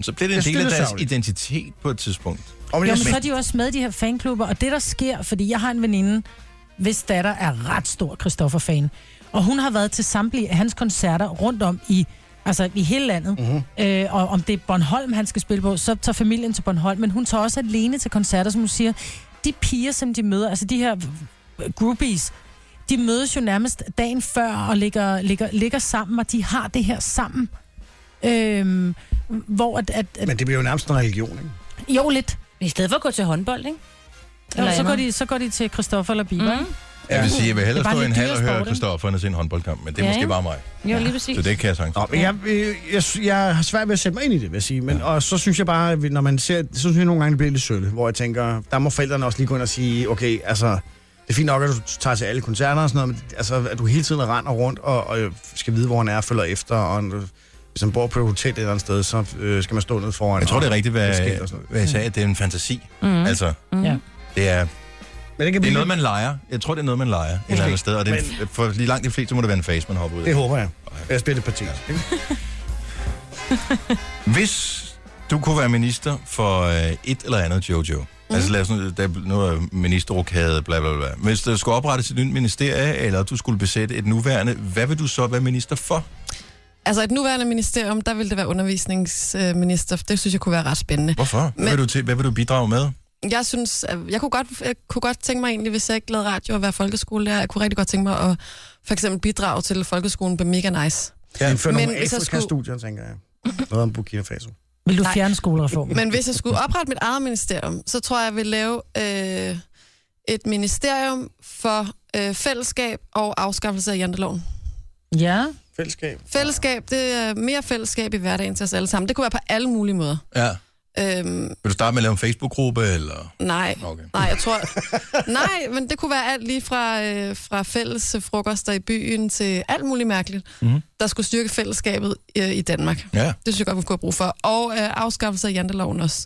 Så bliver det en Det er del af deres stillesagligt. identitet på et tidspunkt. Og Jo, jeg, men så er de jo også med i de her fanklubber, og det der sker, fordi jeg har en veninde, hvis datter er ret stor Christoffer-fan, og hun har været til samtlige af hans koncerter rundt om i, altså i hele landet, mm-hmm. øh, og om det er Bornholm, han skal spille på, så tager familien til Bornholm, men hun tager også alene til koncerter, som hun siger, de piger, som de møder, altså de her groupies, de mødes jo nærmest dagen før og ligger, ligger, ligger sammen, og de har det her sammen. Øhm, hvor at, at, at, men det bliver jo nærmest en religion, ikke? jo, lidt. I stedet for at gå til håndbold, ikke? Jo, så, andet. går de, så går de til Christoffer eller Bieber, Mm. ikke? Jeg vil sige, jeg vil hellere Det er bare stå i en lidt hal og dyre høre sport, ikke? Christoffer end at se en håndboldkamp, men det er Ja, måske ikke? bare mig. Jo, lige præcis. Så det kan jeg sagtens. Nå, men jeg, jeg, jeg, jeg har svært ved at sætte mig ind i det, vil jeg sige. Men, og så synes jeg bare, at når man ser, så synes jeg nogle gange, det bliver lidt sølle, hvor jeg tænker, der må forældrene også lige gå ind og sige, okay, altså, det er fint nok, at du tager til alle koncerter og sådan noget, men altså, at du hele tiden render rundt og, og skal vide, hvor han er, følger efter, og hvis han bor på et hotel et eller andet sted, så øh, skal man stå ned foran. Jeg tror, det er rigtigt, hvad, og skilt og sådan noget. hvad jeg sagde, at det er en fantasi. Mm. Altså, Mm. Ja. det er, Men det kan det er blive noget, man leger. Jeg tror, det er noget, man leger et eller andet sted, og det er, for lige langt de fleste må det være en face, man hopper ud af. Det håber jeg. Jeg spiller det parti. Ja. Hvis du kunne være minister for øh, et eller andet, Jojo, mm. altså lad os nu, der er noget ministerrokade, bla bla bla. Hvis der skulle oprettes et nyt ministerie, eller du skulle besætte et nuværende, hvad vil du så være minister for? Altså et nuværende ministerium, der vil det være undervisningsminister. Det synes jeg kunne være ret spændende. Hvorfor? Hvad, Men- vil, du til, hvad vil du bidrage med? Jeg synes, at jeg kunne godt, jeg kunne godt tænke mig egentlig, hvis jeg ikke lavede radio og være folkeskolelærer, jeg kunne rigtig godt tænke mig at for eksempel bidrage til folkeskolen på Mega Nice. Ja, indføre Men nogle hvis jeg afrika skulle- studier, tænker jeg. Noget om Burkina Faso. Vil du Nej. fjerne skolereformen? Men hvis jeg skulle oprette mit eget ministerium, så tror jeg, jeg vil lave øh, et ministerium for øh, fællesskab og afskaffelse af janteloven. Ja. Fællesskab. Fællesskab, det er mere fællesskab i hverdagen til os alle sammen. Det kunne være på alle mulige måder. Ja. Øhm, Vil du starte med at lave en Facebook-gruppe, eller? nej, Okay. nej, jeg tror... nej, men det kunne være alt lige fra, øh, fra fælles frokoster i byen til alt muligt mærkeligt, Mhm. der skulle styrke fællesskabet øh, i Danmark. Ja. Det synes jeg godt, vi kunne have brug for. Og øh, afskaffelse af janteloven også.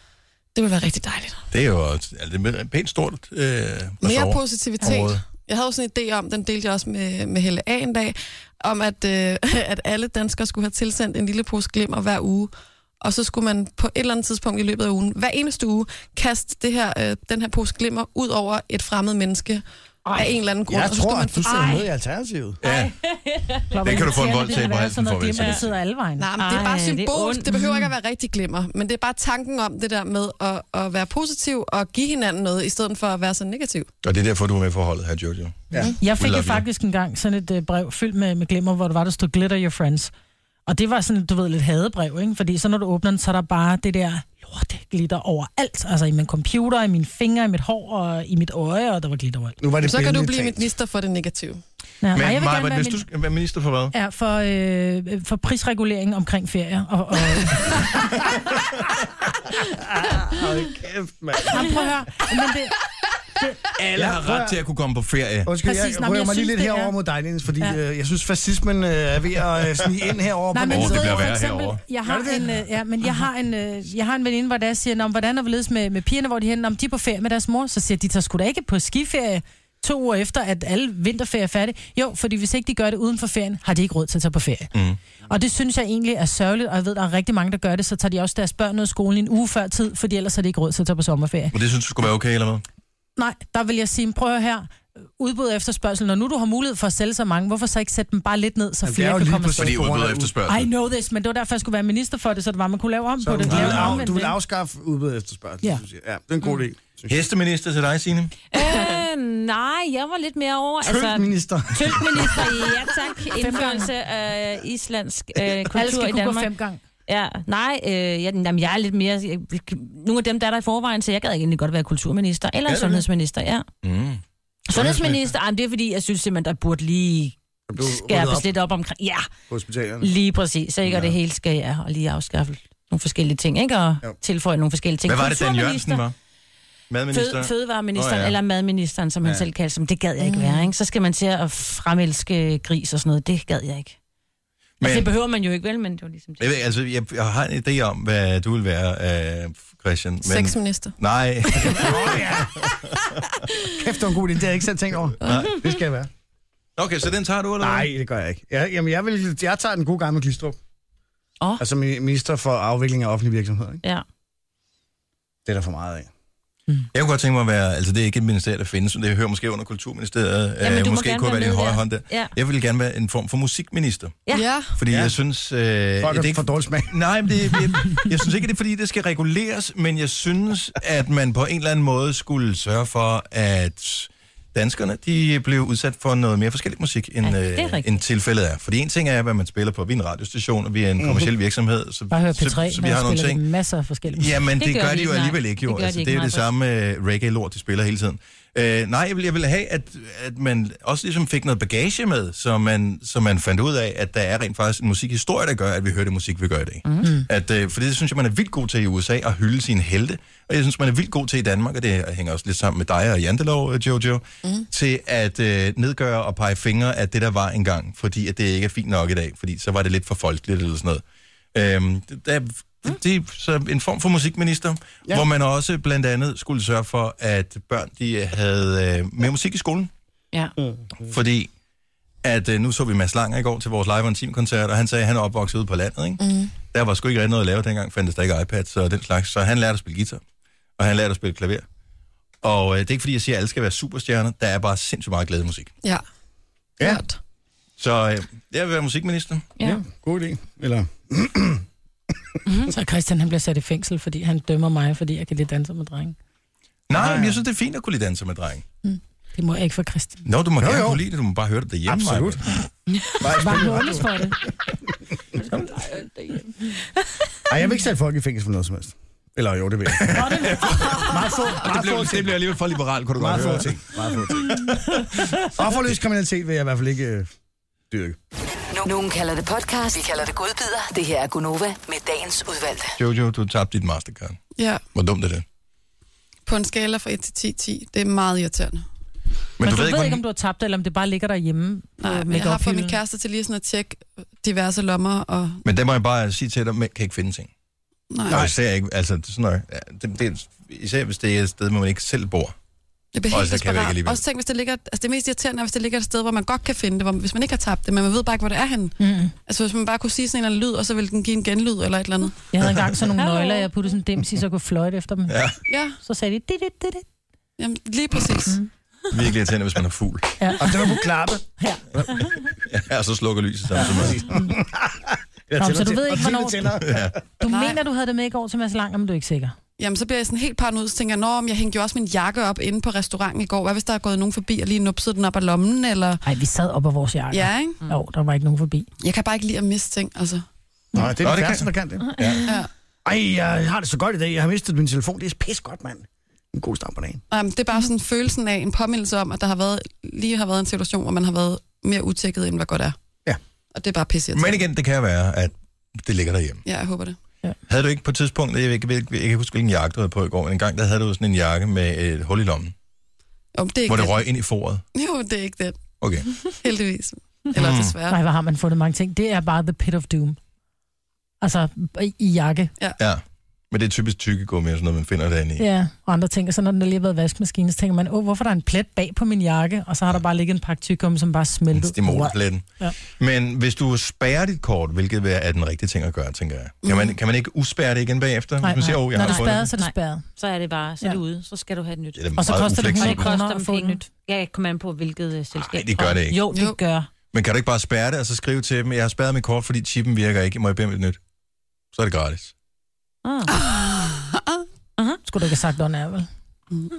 Det ville være rigtig dejligt. Det er jo altså, det er et pænt stort øh, Mere ressort. positivitet. Område. Jeg havde jo sådan en idé om, den delte jeg også med, med Helle A en dag, om at, øh, at alle danskere skulle have tilsendt en lille pose glimmer hver uge. Og så skulle man på et eller andet tidspunkt i løbet af ugen, hver eneste uge, kaste det her, øh, den her pose glimmer ud over et fremmed menneske af en eller anden grund. Jeg og så tror, skulle man at du få... sidder med i Alternativet. Ja, det kan du få en vold til på halsen for, det, hvis men jeg det sidder alle vejen. Nej, men det er Ej, bare det er symbolsk. ondt. Det behøver ikke at være rigtig glimmer, men det er bare tanken om det der med at, at være positiv og give hinanden noget, i stedet for at være så negativ. Og det er derfor, du er med for holdet her, Jojo. Ja. Jeg fik We jo love you. faktisk engang sådan et uh, brev fyldt med, med glimmer, hvor der var, der stod Glitter Your Friends. Og det var sådan, du ved, lidt hadebrev, ikke? Fordi så når du åbner den, så er der bare det der lorte glitter overalt. Altså i min computer, i mine fingre, i mit hår og i mit øje, og der var glitter overalt. Nu var det Så kan du billedligt blive talt. minister for det negative. Ja, nej, Men jeg vil Maja, gerne være, hvis min, du skal være minister for hvad? ja, for, øh, for prisregulering omkring ferier. Og, og, Hold kæft, mand. jamen, prøv at høre. Men det, Alle har ret til at kunne komme på ferie. Undskyld, Præcis, jeg nå, men rører jeg mig lige synes, lidt det herover er- mod dig, Dennis, fordi Ja. øh, jeg synes, fascismen øh, er ved at øh, snige ind herover. nej, på men Åh, du det ved bliver jo for værre eksempel, herovre. jeg har en, øh, ja, men jeg har en, øh, jeg har en veninde, hvor der siger, "Nå, hvordan er hvorledes med, med pigerne, hvor de hen, om de er på ferie med deres mor, så siger de, de tager sgu da ikke på skiferie to uger efter, at alle vinterferie er færdige. Jo, fordi hvis ikke de gør det uden for ferien, har de ikke råd til at tage på ferie. Mm. Og det synes jeg egentlig er sørgeligt, og jeg ved, der er rigtig mange, der gør det, så tager de også deres børn ud af skolen en uge før tid, fordi ellers har de ikke råd til at tage på sommerferie. Og det synes du skulle være okay, eller hvad? Nej, der vil jeg sige, prøv her, udbud og efterspørgsel, når nu du har mulighed for at sælge så mange, hvorfor så ikke sætte dem bare lidt ned, så Jamen, det er flere jo kan lige komme præcis- afsted? Fordi udbud og I efterspørgsel. I know this, men det var derfor, jeg skulle være minister for det, så det var, man kunne lave om Så på du, det. vil, Lave af, omvendt du vil det. afskaffe udbud efter spørgsmål. Ja. Ja, det er en god idé. synes jeg. Hesteminister til dig, Signe? Øh, nej, jeg var lidt mere over... Tøltminister. Tøltminister, ja tak. Indførelse af islandsk øh, Alle kultur skal i kunne gå Danmark. fem gange. Ja, nej, øh, jeg, jamen, jeg er lidt mere... Jeg, nogle af dem, der er der i forvejen, så jeg gad egentlig godt være kulturminister. Eller Ja, det er sundhedsminister, ja. Mm. Sundhedsminister, jamen, det er fordi, jeg synes simpelthen, der burde lige blev ryddet skærpes op lidt op omkring... Ja, på hospitalerne. lige præcis. Så ikke, og det hele skal jeg og lige afskaffe nogle forskellige ting, ikke? Og Jo. tilføje nogle forskellige ting. Hvad var det, Dan Kulturminister- Jørgensen var? Madminister? Fød, fødevareministeren, Åh, oh, ja. ja. eller madministeren, som ja. han selv kalder som. Det gad jeg ikke Mm. være, ikke? Så skal man til at fremelske gris og sådan noget. Det gad jeg ikke. Men, altså, det behøver man jo ikke, vel? Men det var ligesom det. Jeg, ved, altså, jeg, jeg har en idé om, hvad du vil være, uh, Christian. Men... Sexminister. Nej. Kæft, det var en god idé. Det har jeg ikke selv tænkt over. Nej. Det skal jeg være. Okay, så den tager du, eller hvad? Nej, det gør jeg ikke. Jeg, jamen, jeg, vil, jeg tager den gode gamle Glistrup. Oh. Altså minister for afvikling af offentlige virksomheder, ikke? Ja. Det er der for meget af. Jeg kunne godt tænke mig at være, altså det er ikke et ministerium, der findes, det hører måske under Kulturministeriet, ja, øh, måske kunne være din højre der. hånd der. Ja. Jeg ville gerne være en form for musikminister. Ja. Ja. Fordi ja. jeg synes... Øh, Folk er det ikke for dårlig smag. Nej, men det, jeg, jeg synes ikke, det er fordi, det skal reguleres, men jeg synes, at man på en eller anden måde skulle sørge for, at danskerne, de blev udsat for noget mere forskellig musik, end, ja, øh, end tilfældet er. Fordi en ting er, hvad man spiller på. Vi er en radiostation, og vi er en kommerciel virksomhed. Så, Bare hør P tre, så, så vi har nogle ting. Masser af forskellige musik. Jamen, det, det gør, gør de jo ikke, alligevel ikke, jo. Det, altså, de det er jo det meget samme uh, reggae-lort, de spiller hele tiden. Uh, nej, jeg vil, jeg vil have, at, at man også ligesom fik noget bagage med, så man, så man fandt ud af, at der er rent faktisk en musikhistorie, der gør, at vi hører det musik, vi gør i dag. Mm. At, uh, for det synes jeg, man er vildt god til i U S A, at hylde sine helte. Og jeg synes, man er vildt god til i Danmark, og det hænger også lidt sammen med dig og Jantelov, Jojo, mm. til at uh, nedgøre og pege fingre af det, der var engang, fordi at det ikke er fint nok i dag, fordi så var det lidt for folkeligt eller sådan noget. Um, der, Det, det er så en form for musikminister, ja. Hvor man også blandt andet skulle sørge for, at børn de havde øh, mere musik i skolen. Ja. Fordi at øh, nu så vi Mads Langer i går til vores live- og intim-koncert, og han sagde, at han er opvokset ude på landet. Ikke? Mm. Der var sgu ikke rigtig noget at lave dengang, fandtes der ikke iPads og den slags. Så han lærte at spille guitar, og han lærte at spille klaver. Og øh, det er ikke fordi, jeg siger, at alle skal være superstjerner. Der er bare sindssygt meget glædemusik. Ja. Ja. Så øh, jeg vil være musikminister. Ja, ja, god idé. Eller... Mm-hmm. Så Christian, han bliver sat i fængsel, fordi han dømmer mig, fordi jeg kan lide danse med drenge. Nej, men jeg synes, det er fint at kunne lide danse med drenge. Mm. Det må jeg ikke for Christian. Nå, du må jo, gerne jo. kunne lide det, du må bare høre det derhjemme. Absolut. Bare lånes for det. Ej, jeg vil ikke sætte folk i fængsel for noget som helst. Eller jo, det vil jeg. Meget få, meget det, bliver, få det bliver alligevel for liberalt, kunne du meget godt få høre. ting. Meget få ting. Offerløs kriminalitet vil jeg i hvert fald ikke øh, dyrke. Nogen kalder det podcast, vi kalder det godbider. Det her er Gunova med dagens udvalgte. Jojo, du tabte dit Mastercard. Ja. Hvor dumt er det? På en skala fra et til ti, ti. Det er meget irriterende. Men, Men du, du ved ikke, ikke, om du har tabt det, eller om det bare ligger derhjemme. Nej, men jeg har fået min kæreste til lige sådan at tjekke diverse lommer. Og... Men der må jeg bare sige til dig, at kan ikke finde ting. Nej. Nej, især ikke. Altså, det er sådan noget, ja, det, det, især hvis det er et sted, hvor man ikke selv bor. Det bliver helt Også, kan desperat. Også tænk, hvis det ligger... Altså det mest irriterende er, hvis det ligger et sted, hvor man godt kan finde det, hvor, hvis man ikke har tabt det, men man ved bare ikke, hvor det er henne. Mm. Altså hvis man bare kunne sige sådan en eller anden lyd, og så ville den give en genlyd eller et eller andet. Jeg havde engang sådan nogle nøgler, jeg puttede sådan en dims i, så jeg kunne fløjte efter dem. Ja. Ja. Så sagde de... Dit, dit, dit, dit. Jamen, lige præcis. Mm. Virkelig irriterende, hvis man er fugl. Ja. Og det var kunne klappe. Ja. Ja, og så slukker lyset sammen som mig. Nå, så du ved ikke, hvornår... Ja. Du Nej. mener, du havde det med i går til Mads Lang, men du er ikke sikker? Jamen, så bliver jeg sådan helt paranoid, så tænker jeg, nå, jeg hængte jo også min jakke op inde på restauranten i går. Hvad hvis der er gået nogen forbi og lige nupsede den op af lommen, eller... Nej, vi sad op af vores jakke. Ja, ikke? Mm. Jo, der var ikke nogen forbi. Jeg kan bare ikke lide at miste ting, altså. Nej, det er Nå, den det kæreste, kan- der kan det. Ja. Ja. Ej, jeg har det så godt i dag. Jeg har mistet min telefon. Det er pis godt, mand. En god start på dagen. Um, det er bare sådan følelsen af en påmindelse om, at der har været, lige har været en situation, hvor man har været mere utjekket, end hvad godt er. Ja. Og det er bare pisse. Men igen, det kan jo være, at det ligger derhjemme. Ja, jeg håber det. Havde du ikke på et tidspunkt, jeg, jeg, jeg, jeg kan ikke huske, hvilken jakke du havde på i går, men en gang der havde du sådan en jakke med et hul i lommen, Jo, det er ikke hvor det det. røg ind i foret. Jo, det er ikke det. Okay. Heldigvis. Eller desværre. Nej, hvor har man fundet mange ting. Det er bare the pit of doom. Altså, i, i jakke. Ja. Men det er typisk tykkegummi og sådan noget, man finder derinde i. Ja, og andre ting. Og så når den lige har været vaskemaskine, så tænker man, åh, hvorfor er der en plet bag på min jakke? Og så har der bare ligget en pakke tyggegummi, som bare smeltet. Stimolpletten. Ja. Men hvis du spærrer dit kort, hvilket er den rigtige ting at gøre, tænker jeg. Kan man, kan man ikke uspærre det igen bagefter? Nej, Hvis man siger, nej. oh, jeg Når har det er fundet spærret, det. så er det Nej. spærret. Så er det bare, så er Ja. det ude. Så skal du have et nyt. Det er da Og så meget koster det ufleksibelt. hundrede Det kroner koster at få et penge. nyt. Jeg kan ikke komme an på, hvilket uh, selskab. Nej, det gør det ikke. Jo, det Jo. gør. Men kan du ikke bare spærre det, og så skrive til dem, jeg har spærret mit kort, fordi chippen virker ikke, må jeg bede om et nyt? Så er det gratis. Ah. Skulle du ikke have sagt, Don er vel? Mm. Men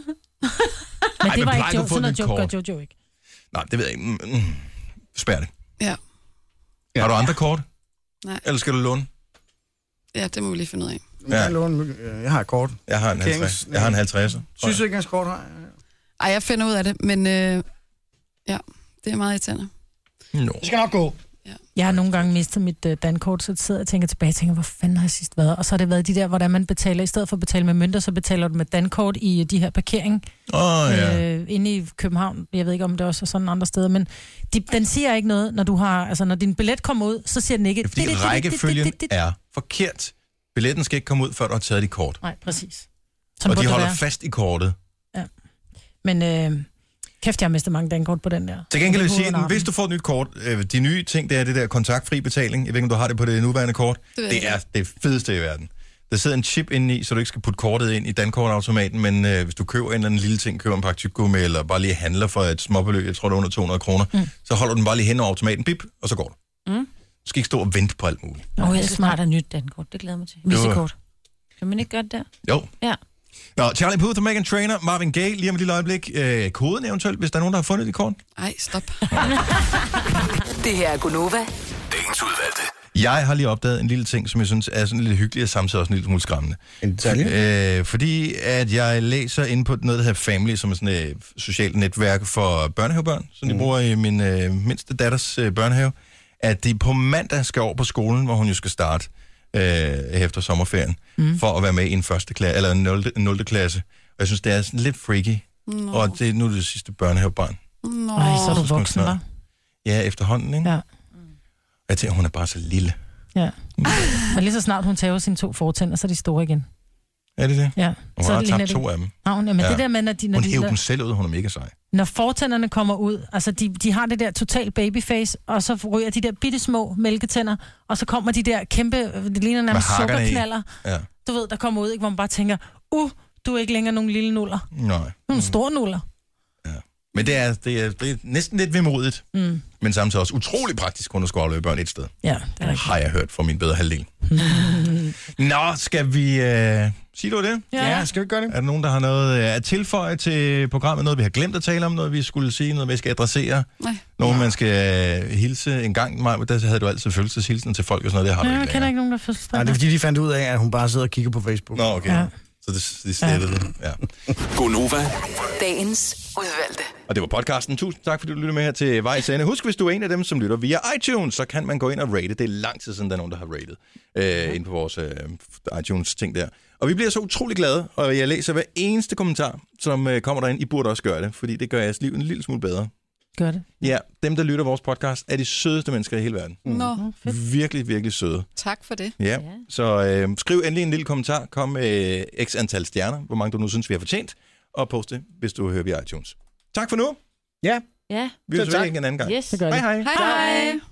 Ej, det men var plejer ikke du jo, at få sådan et noget joke, kort? gør Jojo ikke. Nej, det ved jeg ikke. Mm, mm. Spær det. Ja. Har du andre kort? Nej. Eller skal du låne? Ja, det må vi lige finde ud af. Ja. Jeg, låne, øh, jeg har et kort. Jeg har en Kings- halvtreds. Jeg har en halvtredser. Synes du ikke, at kort har? Ej, jeg finder ud af det, men øh, ja, det er meget irriterende. No. Det skal nok gå. Jeg har nogle gange mistet mit uh, dankort, så sidder jeg og tænker tilbage og tænker, hvor fanden har jeg sidst været? Og så har det været de der, hvordan man betaler, i stedet for at betale med mønter, så betaler du med dankort i uh, de her parkering. Åh, oh, ja. øh, inde i København. Jeg ved ikke, om det også er sådan andre steder, men de, den siger ikke noget, når du har, altså når din billet kommer ud, så siger den ikke... Det er fordi dit, dit, dit, rækkefølgen dit, dit, dit. er forkert. Billetten skal ikke komme ud, før du har taget dit kort. Nej, præcis. Og de burde det holder være. fast i kortet. Men øh, Kæft, jeg har mistet mange dankort på den der. Til gengæld vil jeg sige, hvis du får et nyt kort, øh, de nye ting, det er det der kontaktfri betaling. Jeg ved ikke, om du har det på det nuværende kort. Det, det er det fedeste i verden. Der sidder en chip inde i, så du ikke skal putte kortet ind i dankortautomaten, men øh, hvis du køber en eller anden lille ting, køber en pakke tyggegummi, eller bare lige handler for et småbeløb, jeg tror det er under to hundrede kroner, mm. så holder du den bare lige hen over automaten, bip, og så går du. Mm. Du skal ikke stå og vente på alt muligt. Åh, oh, jeg skal snart have nyt dankort, det glæder mig til. Visekort. Kan man ikke gøre det der? Jo. Ja. Nå, Charlie Puth og Meghan Trainor, Marvin Gaye, lige om et lille øjeblik. Øh, koden eventuelt, hvis der er nogen, der har fundet det kort. Ej, stop. Det her er Gunova. Dagens udvalgte. Jeg har lige opdaget en lille ting, som jeg synes er sådan lidt hyggelig og samtidig også en lille smule skræmmende. En detalje? Øh, fordi at jeg læser inde på noget, der hedder Family, som er sådan et socialt netværk for børnehavebørn, som de mm. bruger i min øh, mindste datters øh, børnehave, at de på mandag skal over på skolen, hvor hun jo skal starte øh, efter sommerferien, mm. for at være med i en første klasse, eller en nul klasse. Og jeg synes, det er sådan lidt freaky. No. Og det er nu det sidste børnehavebarn. No. Ej, så er du voksen, hva'? Ja, efterhånden, ikke? Ja. Jeg tænker, hun er bare så lille. Ja. Men lige så snart hun tager sine to fortænder, så er de store igen. Er det det? Ja. Hun så har tabt det, to af dem. Ja, men ja. Det der med, når de... Når hun de, hæver dem selv ud, hun er mega sej. Når fortænderne kommer ud, altså de, de har det der total babyface, og så ryger de der bitte små mælketænder, og så kommer de der kæmpe, det ligner nærmest sukkerknaller. Ja. Du ved, der kommer ud, ikke, hvor man bare tænker, uh, du er ikke længere nogen lille nuller. Nej. Nogle store nuller. Ja. Men det er, det, er, det er næsten lidt vemodigt, mm. men samtidig også utrolig praktisk, kun at skulle afløbe børn et sted. Ja, det er har jeg hørt fra min bedre halvdel. Nå, skal vi øh, sige du det? Ja. ja, skal vi gøre det? Er der nogen, der har noget øh, at tilføje til programmet? Noget, vi har glemt at tale om? Noget, vi skulle sige? Noget, vi skal adressere? Nej. Nogen, man skal øh, hilse en gang? Maj, der havde du altid følelseshilsen til folk og sådan noget. Det har ja, du ikke jeg kender ikke nogen, der fødselsdag. Nej, det er fordi, de fandt ud af, at hun bare sidder og kigger på Facebook. Nå, okay. Ja. Så det, det slettede det. Ja. Gunova. Dagens udvalgte. Og det var podcasten. Tusind tak, fordi du lytter med her til Vejs Ende. Husk, hvis du er en af dem, som lytter via iTunes, så kan man gå ind og rate. Det er lang tid siden, der er nogen, der har rated øh, ind på vores øh, iTunes-ting der. Og vi bliver så utrolig glade, og jeg læser hver eneste kommentar, som øh, kommer derind. I burde også gøre det, fordi det gør jeres liv en lille smule bedre. Gør det. Ja, dem, der lytter vores podcast, er de sødeste mennesker i hele verden. Mm. Nå, fedt. Virkelig, virkelig søde. Tak for det. Ja, så øh, skriv endelig en lille kommentar. Kom med øh, x antal stjerner, hvor mange du nu synes, vi har fortjent. Og post det, hvis du hører via iTunes. Tak for nu. Ja. Ja. Vi ses ikke en anden gang. Yes. Hej hej. Hej hej.